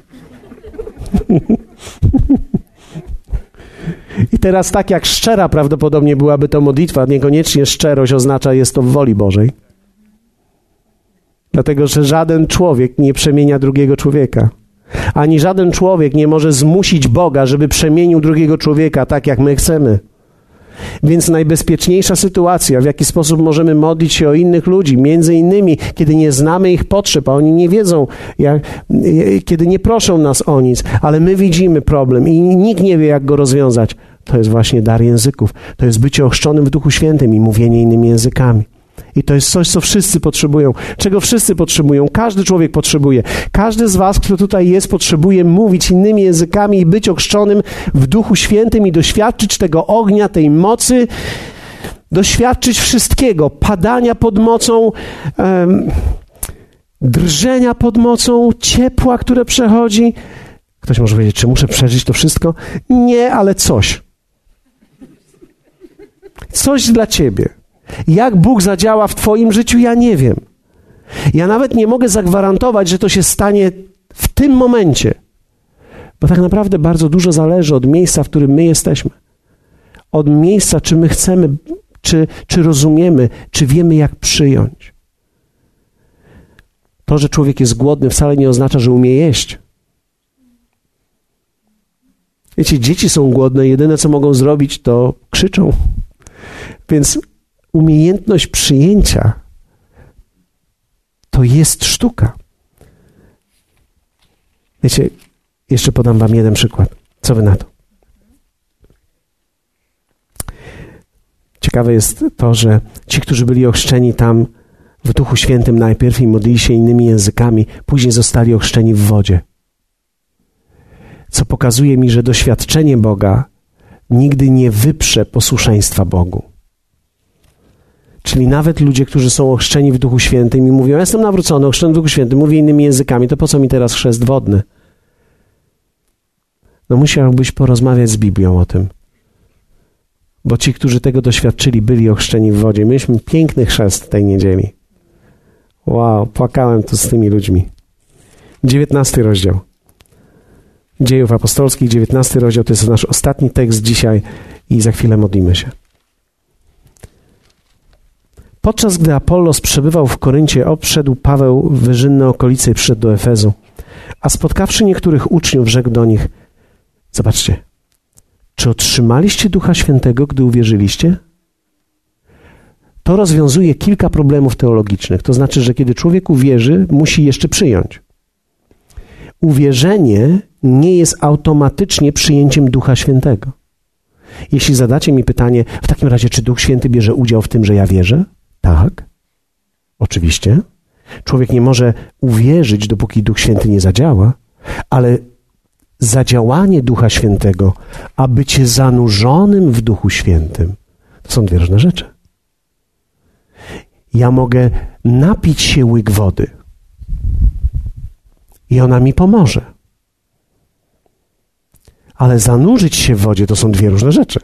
I teraz tak jak szczera prawdopodobnie byłaby to modlitwa, niekoniecznie szczerość oznacza, jest to w woli Bożej. Dlatego, że żaden człowiek nie przemienia drugiego człowieka. Ani żaden człowiek nie może zmusić Boga, żeby przemienił drugiego człowieka tak, jak my chcemy. Więc najbezpieczniejsza sytuacja, w jaki sposób możemy modlić się o innych ludzi, między innymi, kiedy nie znamy ich potrzeb, a oni nie wiedzą, kiedy nie proszą nas o nic, ale my widzimy problem i nikt nie wie, jak go rozwiązać. To jest właśnie dar języków. To jest bycie ochrzczonym w Duchu Świętym i mówienie innymi językami. I to jest coś, co wszyscy potrzebują. Czego wszyscy potrzebują? Każdy człowiek potrzebuje. Każdy z was, kto tutaj jest, potrzebuje mówić innymi językami i być ochrzczonym w Duchu Świętym i doświadczyć tego ognia, tej mocy, doświadczyć wszystkiego. Padania pod mocą, drżenia pod mocą, ciepła, które przechodzi. Ktoś może powiedzieć, czy muszę przeżyć to wszystko? Nie, ale coś. Coś dla ciebie. Jak Bóg zadziała w twoim życiu, ja nie wiem. Ja nawet nie mogę zagwarantować, że to się stanie w tym momencie. Bo tak naprawdę bardzo dużo zależy od miejsca, w którym my jesteśmy. Od miejsca, czy my chcemy, czy rozumiemy, czy wiemy, jak przyjąć. To, że człowiek jest głodny, wcale nie oznacza, że umie jeść. Wiecie, dzieci są głodne, jedyne co mogą zrobić, to krzyczą. Więc umiejętność przyjęcia to jest sztuka. Wiecie, jeszcze podam wam jeden przykład. Co wy na to? Ciekawe jest to, że ci, którzy byli ochrzczeni tam w Duchu Świętym najpierw i modlili się innymi językami, później zostali ochrzczeni w wodzie. Co pokazuje mi, że doświadczenie Boga nigdy nie wyprze posłuszeństwa Bogu. Czyli nawet ludzie, którzy są ochrzczeni w Duchu Świętym i mówią, ja jestem nawrócony, ochrzczony w Duchu Świętym, mówię innymi językami, to po co mi teraz chrzest wodny? No musiałbyś porozmawiać z Biblią o tym. Bo ci, którzy tego doświadczyli, byli ochrzczeni w wodzie. Mieliśmy piękny chrzest tej niedzieli. Wow, płakałem tu z tymi ludźmi. 19 rozdział. Dziejów Apostolskich, 19 rozdział, to jest nasz ostatni tekst dzisiaj i za chwilę modlimy się. Podczas gdy Apollos przebywał w Koryncie, obszedł Paweł wyżynne okolice i przyszedł do Efezu. A spotkawszy niektórych uczniów, rzekł do nich, zobaczcie, czy otrzymaliście Ducha Świętego, gdy uwierzyliście? To rozwiązuje kilka problemów teologicznych. To znaczy, że kiedy człowiek uwierzy, musi jeszcze przyjąć. Uwierzenie nie jest automatycznie przyjęciem Ducha Świętego. Jeśli zadacie mi pytanie, w takim razie, czy Duch Święty bierze udział w tym, że ja wierzę? Tak, oczywiście. Człowiek nie może uwierzyć, dopóki Duch Święty nie zadziała, ale zadziałanie Ducha Świętego, a bycie zanurzonym w Duchu Świętym, to są dwie różne rzeczy. Ja mogę napić się łyk wody i ona mi pomoże. Ale zanurzyć się w wodzie to są dwie różne rzeczy.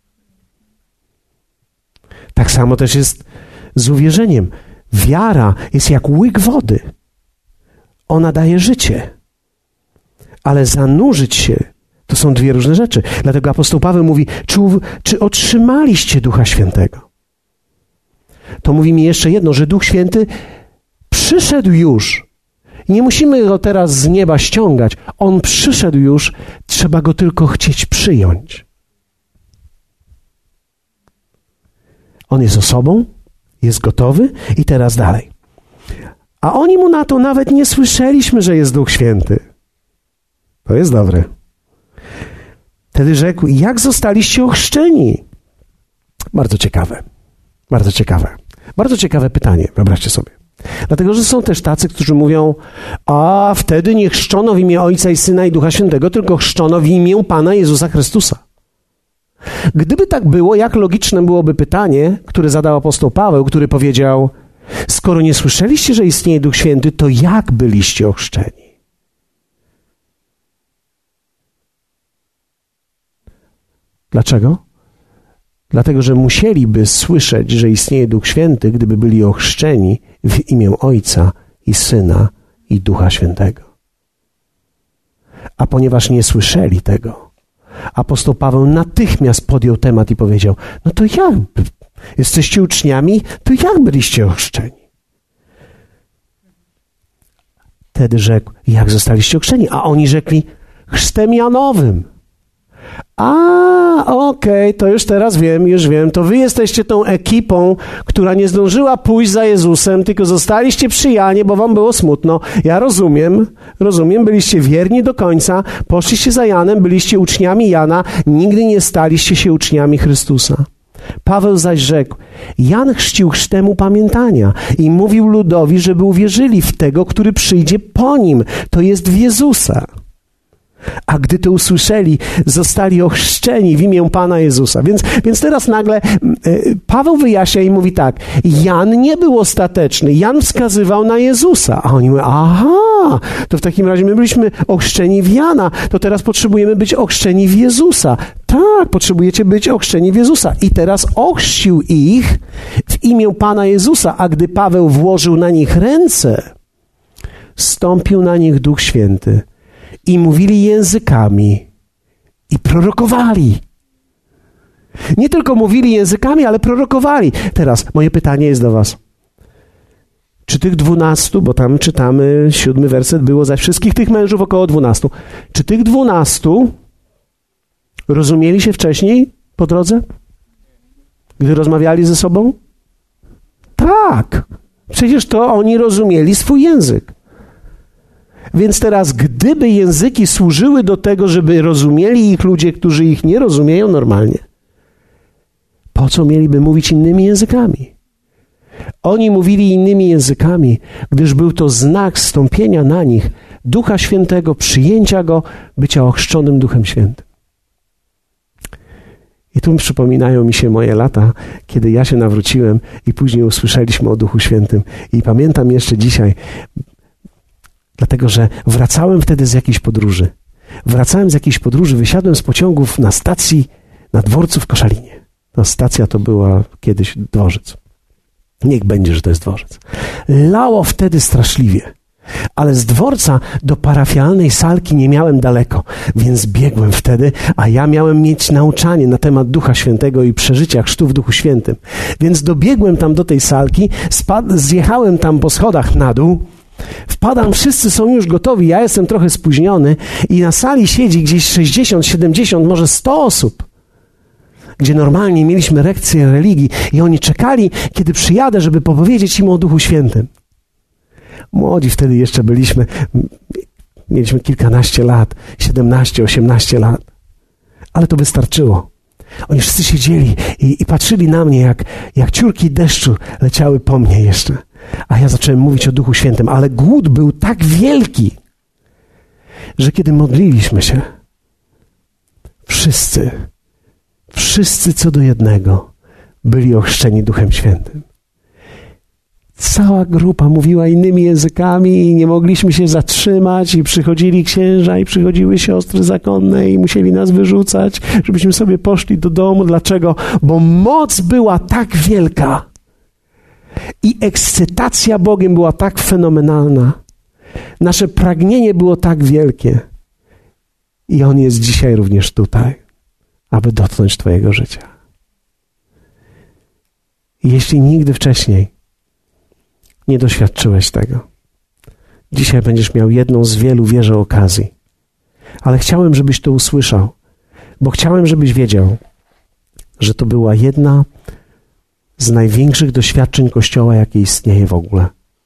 Tak samo też jest z uwierzeniem. Wiara jest jak łyk wody. Ona daje życie. Ale zanurzyć się to są dwie różne rzeczy. Dlatego apostoł Paweł mówi, czy otrzymaliście Ducha Świętego? To mówi mi jeszcze jedno, że Duch Święty przyszedł już. Nie musimy go teraz z nieba ściągać. On przyszedł już, trzeba go tylko chcieć przyjąć. On jest osobą, jest gotowy i teraz dalej. A oni mu na to nawet nie słyszeliśmy, że jest Duch Święty. To jest dobre. Wtedy rzekł, jak zostaliście ochrzczeni? Bardzo ciekawe. Bardzo ciekawe. Bardzo ciekawe pytanie, wyobraźcie sobie. Dlatego, że są też tacy, którzy mówią, a wtedy nie chrzczono w imię Ojca i Syna i Ducha Świętego, tylko chrzczono w imię Pana Jezusa Chrystusa. Gdyby tak było, jak logiczne byłoby pytanie, które zadał apostoł Paweł, który powiedział, skoro nie słyszeliście, że istnieje Duch Święty, to jak byliście ochrzczeni? Dlaczego? Dlatego, że musieliby słyszeć, że istnieje Duch Święty, gdyby byli ochrzczeni w imię Ojca i Syna i Ducha Świętego. A ponieważ nie słyszeli tego, apostoł Paweł natychmiast podjął temat i powiedział, no to jak? Jesteście uczniami? To jak byliście ochrzczeni? Wtedy rzekł, jak zostaliście ochrzczeni? A oni rzekli, chrztem Janowym. Okej, to już teraz wiem, to wy jesteście tą ekipą, która nie zdążyła pójść za Jezusem, tylko zostaliście przy Janie, bo wam było smutno. Ja rozumiem, byliście wierni do końca, poszliście za Janem, byliście uczniami Jana, nigdy nie staliście się uczniami Chrystusa. Paweł zaś rzekł, Jan chrzcił chrztem upamiętania i mówił ludowi, żeby uwierzyli w tego, który przyjdzie po nim, to jest w Jezusa. A gdy to usłyszeli, zostali ochrzczeni w imię Pana Jezusa. Więc teraz nagle Paweł wyjaśnia i mówi tak, Jan nie był ostateczny, Jan wskazywał na Jezusa. A oni mówią, aha, to w takim razie my byliśmy ochrzczeni w Jana, to teraz potrzebujemy być ochrzczeni w Jezusa. Tak, potrzebujecie być ochrzczeni w Jezusa. I teraz ochrzcił ich w imię Pana Jezusa, a gdy Paweł włożył na nich ręce, stąpił na nich Duch Święty. I mówili językami i prorokowali. Nie tylko mówili językami, ale prorokowali. Teraz moje pytanie jest do was. Czy tych 12, bo tam czytamy, 7 werset, było zaś wszystkich tych mężów około 12. Czy tych 12 rozumieli się wcześniej po drodze? Gdy rozmawiali ze sobą? Tak. Przecież to oni rozumieli swój język. Więc teraz, gdyby języki służyły do tego, żeby rozumieli ich ludzie, którzy ich nie rozumieją normalnie, po co mieliby mówić innymi językami? Oni mówili innymi językami, gdyż był to znak zstąpienia na nich Ducha Świętego, przyjęcia Go, bycia ochrzczonym Duchem Świętym. I tu przypominają mi się moje lata, kiedy ja się nawróciłem i później usłyszeliśmy o Duchu Świętym. I pamiętam jeszcze dzisiaj, dlatego że wracałem wtedy z jakiejś podróży. Wysiadłem z pociągów na stacji, na dworcu w Koszalinie. No, stacja to była kiedyś dworzec. Niech będzie, że to jest dworzec. Lało wtedy straszliwie. Ale z dworca do parafialnej salki nie miałem daleko, więc biegłem wtedy, a ja miałem mieć nauczanie na temat Ducha Świętego i przeżycia chrztu w Duchu Świętym. Więc dobiegłem tam do tej salki, zjechałem tam po schodach na dół, wpadam, wszyscy są już gotowi, ja jestem trochę spóźniony i na sali siedzi gdzieś 60, 70, może 100 osób, gdzie normalnie mieliśmy lekcję religii i oni czekali, kiedy przyjadę, żeby powiedzieć im o Duchu Świętym. Młodzi wtedy jeszcze byliśmy, mieliśmy kilkanaście lat, 17, 18 lat, ale to wystarczyło. Oni wszyscy siedzieli i patrzyli na mnie, jak ciurki deszczu leciały po mnie jeszcze. A ja zacząłem mówić o Duchu Świętym, ale głód był tak wielki, że kiedy modliliśmy się, wszyscy co do jednego byli ochrzczeni Duchem Świętym. Cała grupa mówiła innymi językami i nie mogliśmy się zatrzymać i przychodzili księża i przychodziły siostry zakonne i musieli nas wyrzucać, żebyśmy sobie poszli do domu. Dlaczego? Bo moc była tak wielka i ekscytacja Bogiem była tak fenomenalna. Nasze pragnienie było tak wielkie i On jest dzisiaj również tutaj, aby dotknąć Twojego życia. I jeśli nigdy wcześniej nie doświadczyłeś tego, dzisiaj będziesz miał jedną z wielu, wierzę, okazji. Ale chciałem, żebyś to usłyszał, bo chciałem, żebyś wiedział, że to była jedna z największych doświadczeń Kościoła, jakie istnieje w ogóle.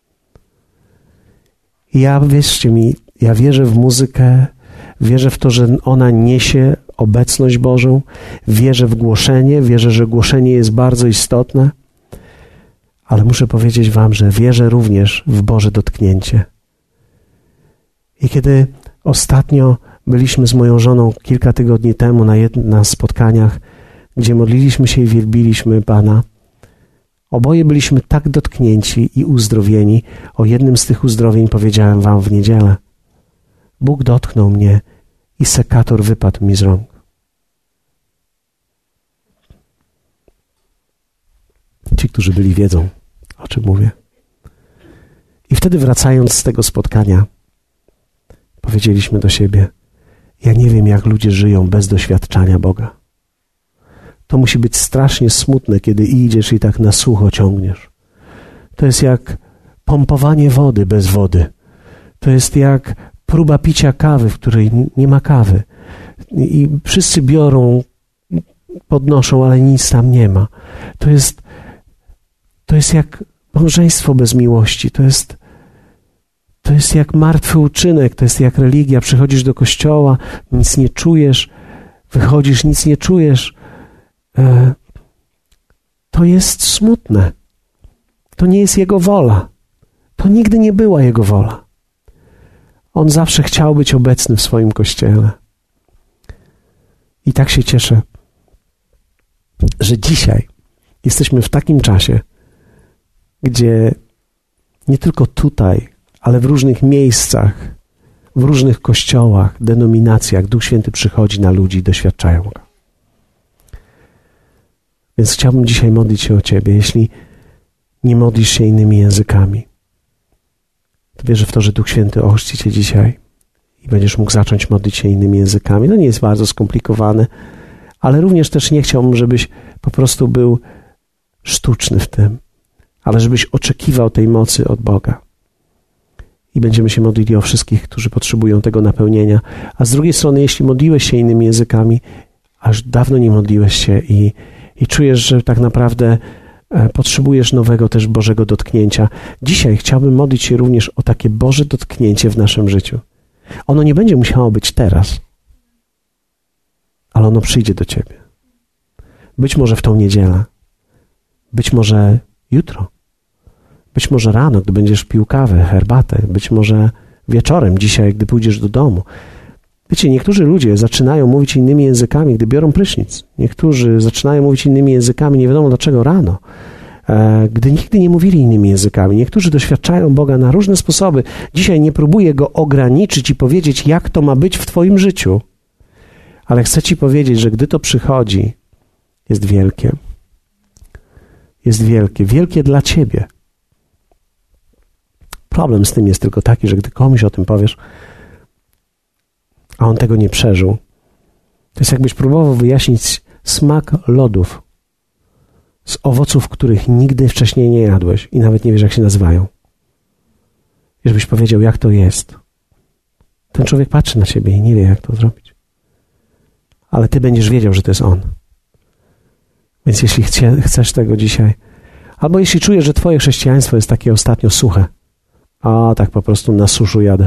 Wierzcie mi, ja wierzę w muzykę, wierzę w to, że ona niesie obecność Bożą, wierzę w głoszenie, wierzę, że głoszenie jest bardzo istotne, ale muszę powiedzieć wam, że wierzę również w Boże dotknięcie. I kiedy ostatnio byliśmy z moją żoną kilka tygodni temu na spotkaniach, gdzie modliliśmy się i wielbiliśmy Pana, oboje byliśmy tak dotknięci i uzdrowieni. O jednym z tych uzdrowień powiedziałem wam w niedzielę. Bóg dotknął mnie i sekator wypadł mi z rąk. Ci, którzy byli, wiedzą, o czym mówię. I wtedy, wracając z tego spotkania, powiedzieliśmy do siebie, ja nie wiem, jak ludzie żyją bez doświadczania Boga. To musi być strasznie smutne, kiedy idziesz i tak na sucho ciągniesz. To jest jak pompowanie wody bez wody. To jest jak próba picia kawy, w której nie ma kawy. I wszyscy biorą, podnoszą, ale nic tam nie ma. To jest jak małżeństwo bez miłości. To jest jak martwy uczynek. To jest jak religia. Przychodzisz do kościoła, nic nie czujesz. Wychodzisz, nic nie czujesz. To jest smutne. To nie jest Jego wola. To nigdy nie była Jego wola. On zawsze chciał być obecny w swoim Kościele. I tak się cieszę, że dzisiaj jesteśmy w takim czasie, gdzie nie tylko tutaj, ale w różnych miejscach, w różnych kościołach, denominacjach Duch Święty przychodzi na ludzi i doświadczają Go. Więc chciałbym dzisiaj modlić się o Ciebie. Jeśli nie modlisz się innymi językami, to wierzę w to, że Duch Święty ochrzci Cię dzisiaj i będziesz mógł zacząć modlić się innymi językami. No nie jest bardzo skomplikowane, ale również też nie chciałbym, żebyś po prostu był sztuczny w tym, ale żebyś oczekiwał tej mocy od Boga. I będziemy się modlili o wszystkich, którzy potrzebują tego napełnienia. A z drugiej strony, jeśli modliłeś się innymi językami, aż dawno nie modliłeś się i czujesz, że tak naprawdę potrzebujesz nowego też Bożego dotknięcia. Dzisiaj chciałbym modlić się również o takie Boże dotknięcie w naszym życiu. Ono nie będzie musiało być teraz, ale ono przyjdzie do ciebie. Być może w tą niedzielę, być może jutro, być może rano, gdy będziesz pił kawę, herbatę, być może wieczorem dzisiaj, gdy pójdziesz do domu. Wiecie, niektórzy ludzie zaczynają mówić innymi językami, gdy biorą prysznic. Niektórzy zaczynają mówić innymi językami, nie wiadomo dlaczego, rano, gdy nigdy nie mówili innymi językami. Niektórzy doświadczają Boga na różne sposoby. Dzisiaj nie próbuję Go ograniczyć i powiedzieć, jak to ma być w twoim życiu, ale chcę ci powiedzieć, że gdy to przychodzi, jest wielkie. Jest wielkie. Wielkie dla ciebie. Problem z tym jest tylko taki, że gdy komuś o tym powiesz, a on tego nie przeżył, to jest jakbyś próbował wyjaśnić smak lodów z owoców, których nigdy wcześniej nie jadłeś i nawet nie wiesz, jak się nazywają. I żebyś powiedział, jak to jest. Ten człowiek patrzy na ciebie i nie wie, jak to zrobić. Ale ty będziesz wiedział, że to jest on. Więc jeśli chcesz tego dzisiaj, albo jeśli czujesz, że twoje chrześcijaństwo jest takie ostatnio suche, a tak po prostu na suszu jadę.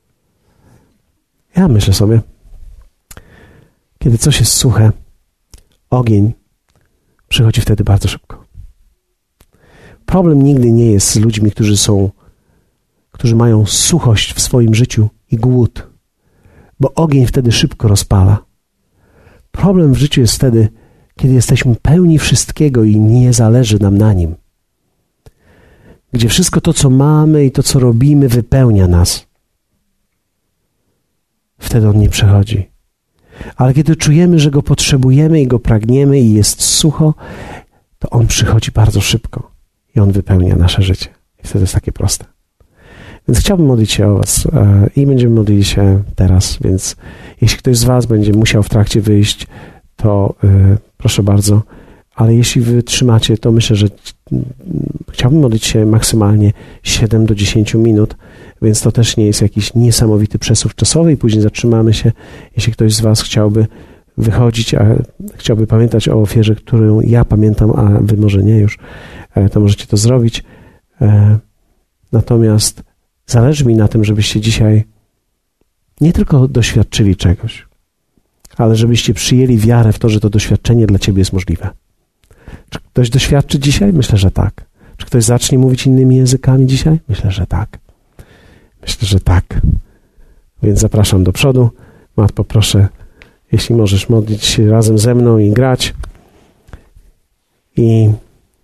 Ja myślę sobie, kiedy coś jest suche, ogień przychodzi wtedy bardzo szybko. Problem nigdy nie jest z ludźmi, którzy mają suchość w swoim życiu i głód, bo ogień wtedy szybko rozpala. Problem w życiu jest wtedy, kiedy jesteśmy pełni wszystkiego i nie zależy nam na nim. Gdzie wszystko to, co mamy i to, co robimy, wypełnia nas. Wtedy on nie przechodzi. Ale kiedy czujemy, że go potrzebujemy i go pragniemy i jest sucho, to on przychodzi bardzo szybko i on wypełnia nasze życie. I wtedy jest takie proste. Więc chciałbym modlić się o was i będziemy modlili się teraz, więc jeśli ktoś z was będzie musiał w trakcie wyjść, to proszę bardzo, ale jeśli wytrzymacie, to myślę, że chciałbym modlić się maksymalnie 7 do 10 minut, więc to też nie jest jakiś niesamowity przesuw czasowy i później zatrzymamy się. Jeśli ktoś z was chciałby wychodzić, a chciałby pamiętać o ofierze, którą ja pamiętam, a wy może nie już, to możecie to zrobić. Natomiast zależy mi na tym, żebyście dzisiaj nie tylko doświadczyli czegoś, ale żebyście przyjęli wiarę w to, że to doświadczenie dla ciebie jest możliwe. Czy ktoś doświadczy dzisiaj? Myślę, że tak. Czy ktoś zacznie mówić innymi językami dzisiaj? Myślę, że tak. Myślę, że tak. Więc zapraszam do przodu. Matko, proszę, jeśli możesz modlić się razem ze mną i grać. I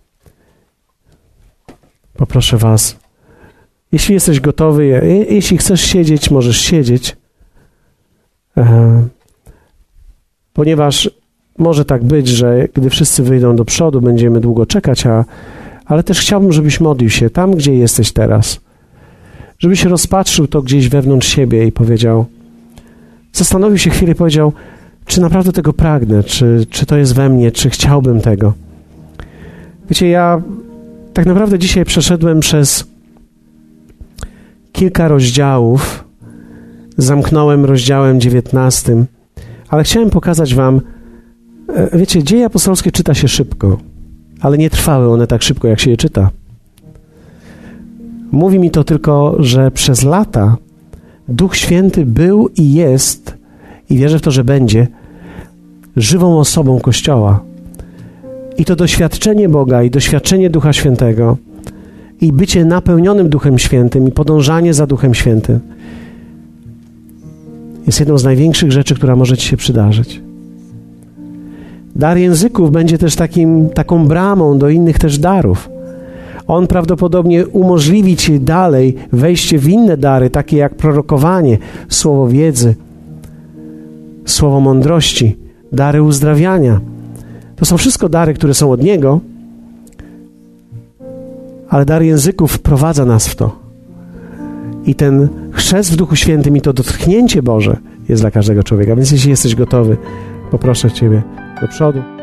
poproszę was, jeśli jesteś gotowy, jeśli chcesz siedzieć, możesz siedzieć. Ponieważ może tak być, że gdy wszyscy wyjdą do przodu, będziemy długo czekać, ale też chciałbym, żebyś modlił się tam, gdzie jesteś teraz. Żebyś rozpatrzył to gdzieś wewnątrz siebie i powiedział, zastanowił się chwilę i powiedział, czy naprawdę tego pragnę, czy to jest we mnie, czy chciałbym tego. Wiecie, ja tak naprawdę dzisiaj przeszedłem przez kilka rozdziałów, zamknąłem rozdziałem 19, ale chciałem pokazać wam, wiecie, dzieje apostolskie czyta się szybko, ale nie trwały one tak szybko, jak się je czyta. Mówi mi to tylko, że przez lata Duch Święty był i jest, i wierzę w to, że będzie, żywą osobą Kościoła. I to doświadczenie Boga i doświadczenie Ducha Świętego i bycie napełnionym Duchem Świętym i podążanie za Duchem Świętym jest jedną z największych rzeczy, która może ci się przydarzyć. Dar języków będzie też taką bramą do innych też darów. On prawdopodobnie umożliwi ci dalej wejście w inne dary, takie jak prorokowanie, słowo wiedzy, słowo mądrości, dary uzdrawiania. To są wszystko dary, które są od Niego, ale dar języków wprowadza nas w to. I ten chrzest w Duchu Świętym i to dotknięcie Boże jest dla każdego człowieka. Więc jeśli jesteś gotowy, poproszę Ciebie do przodu.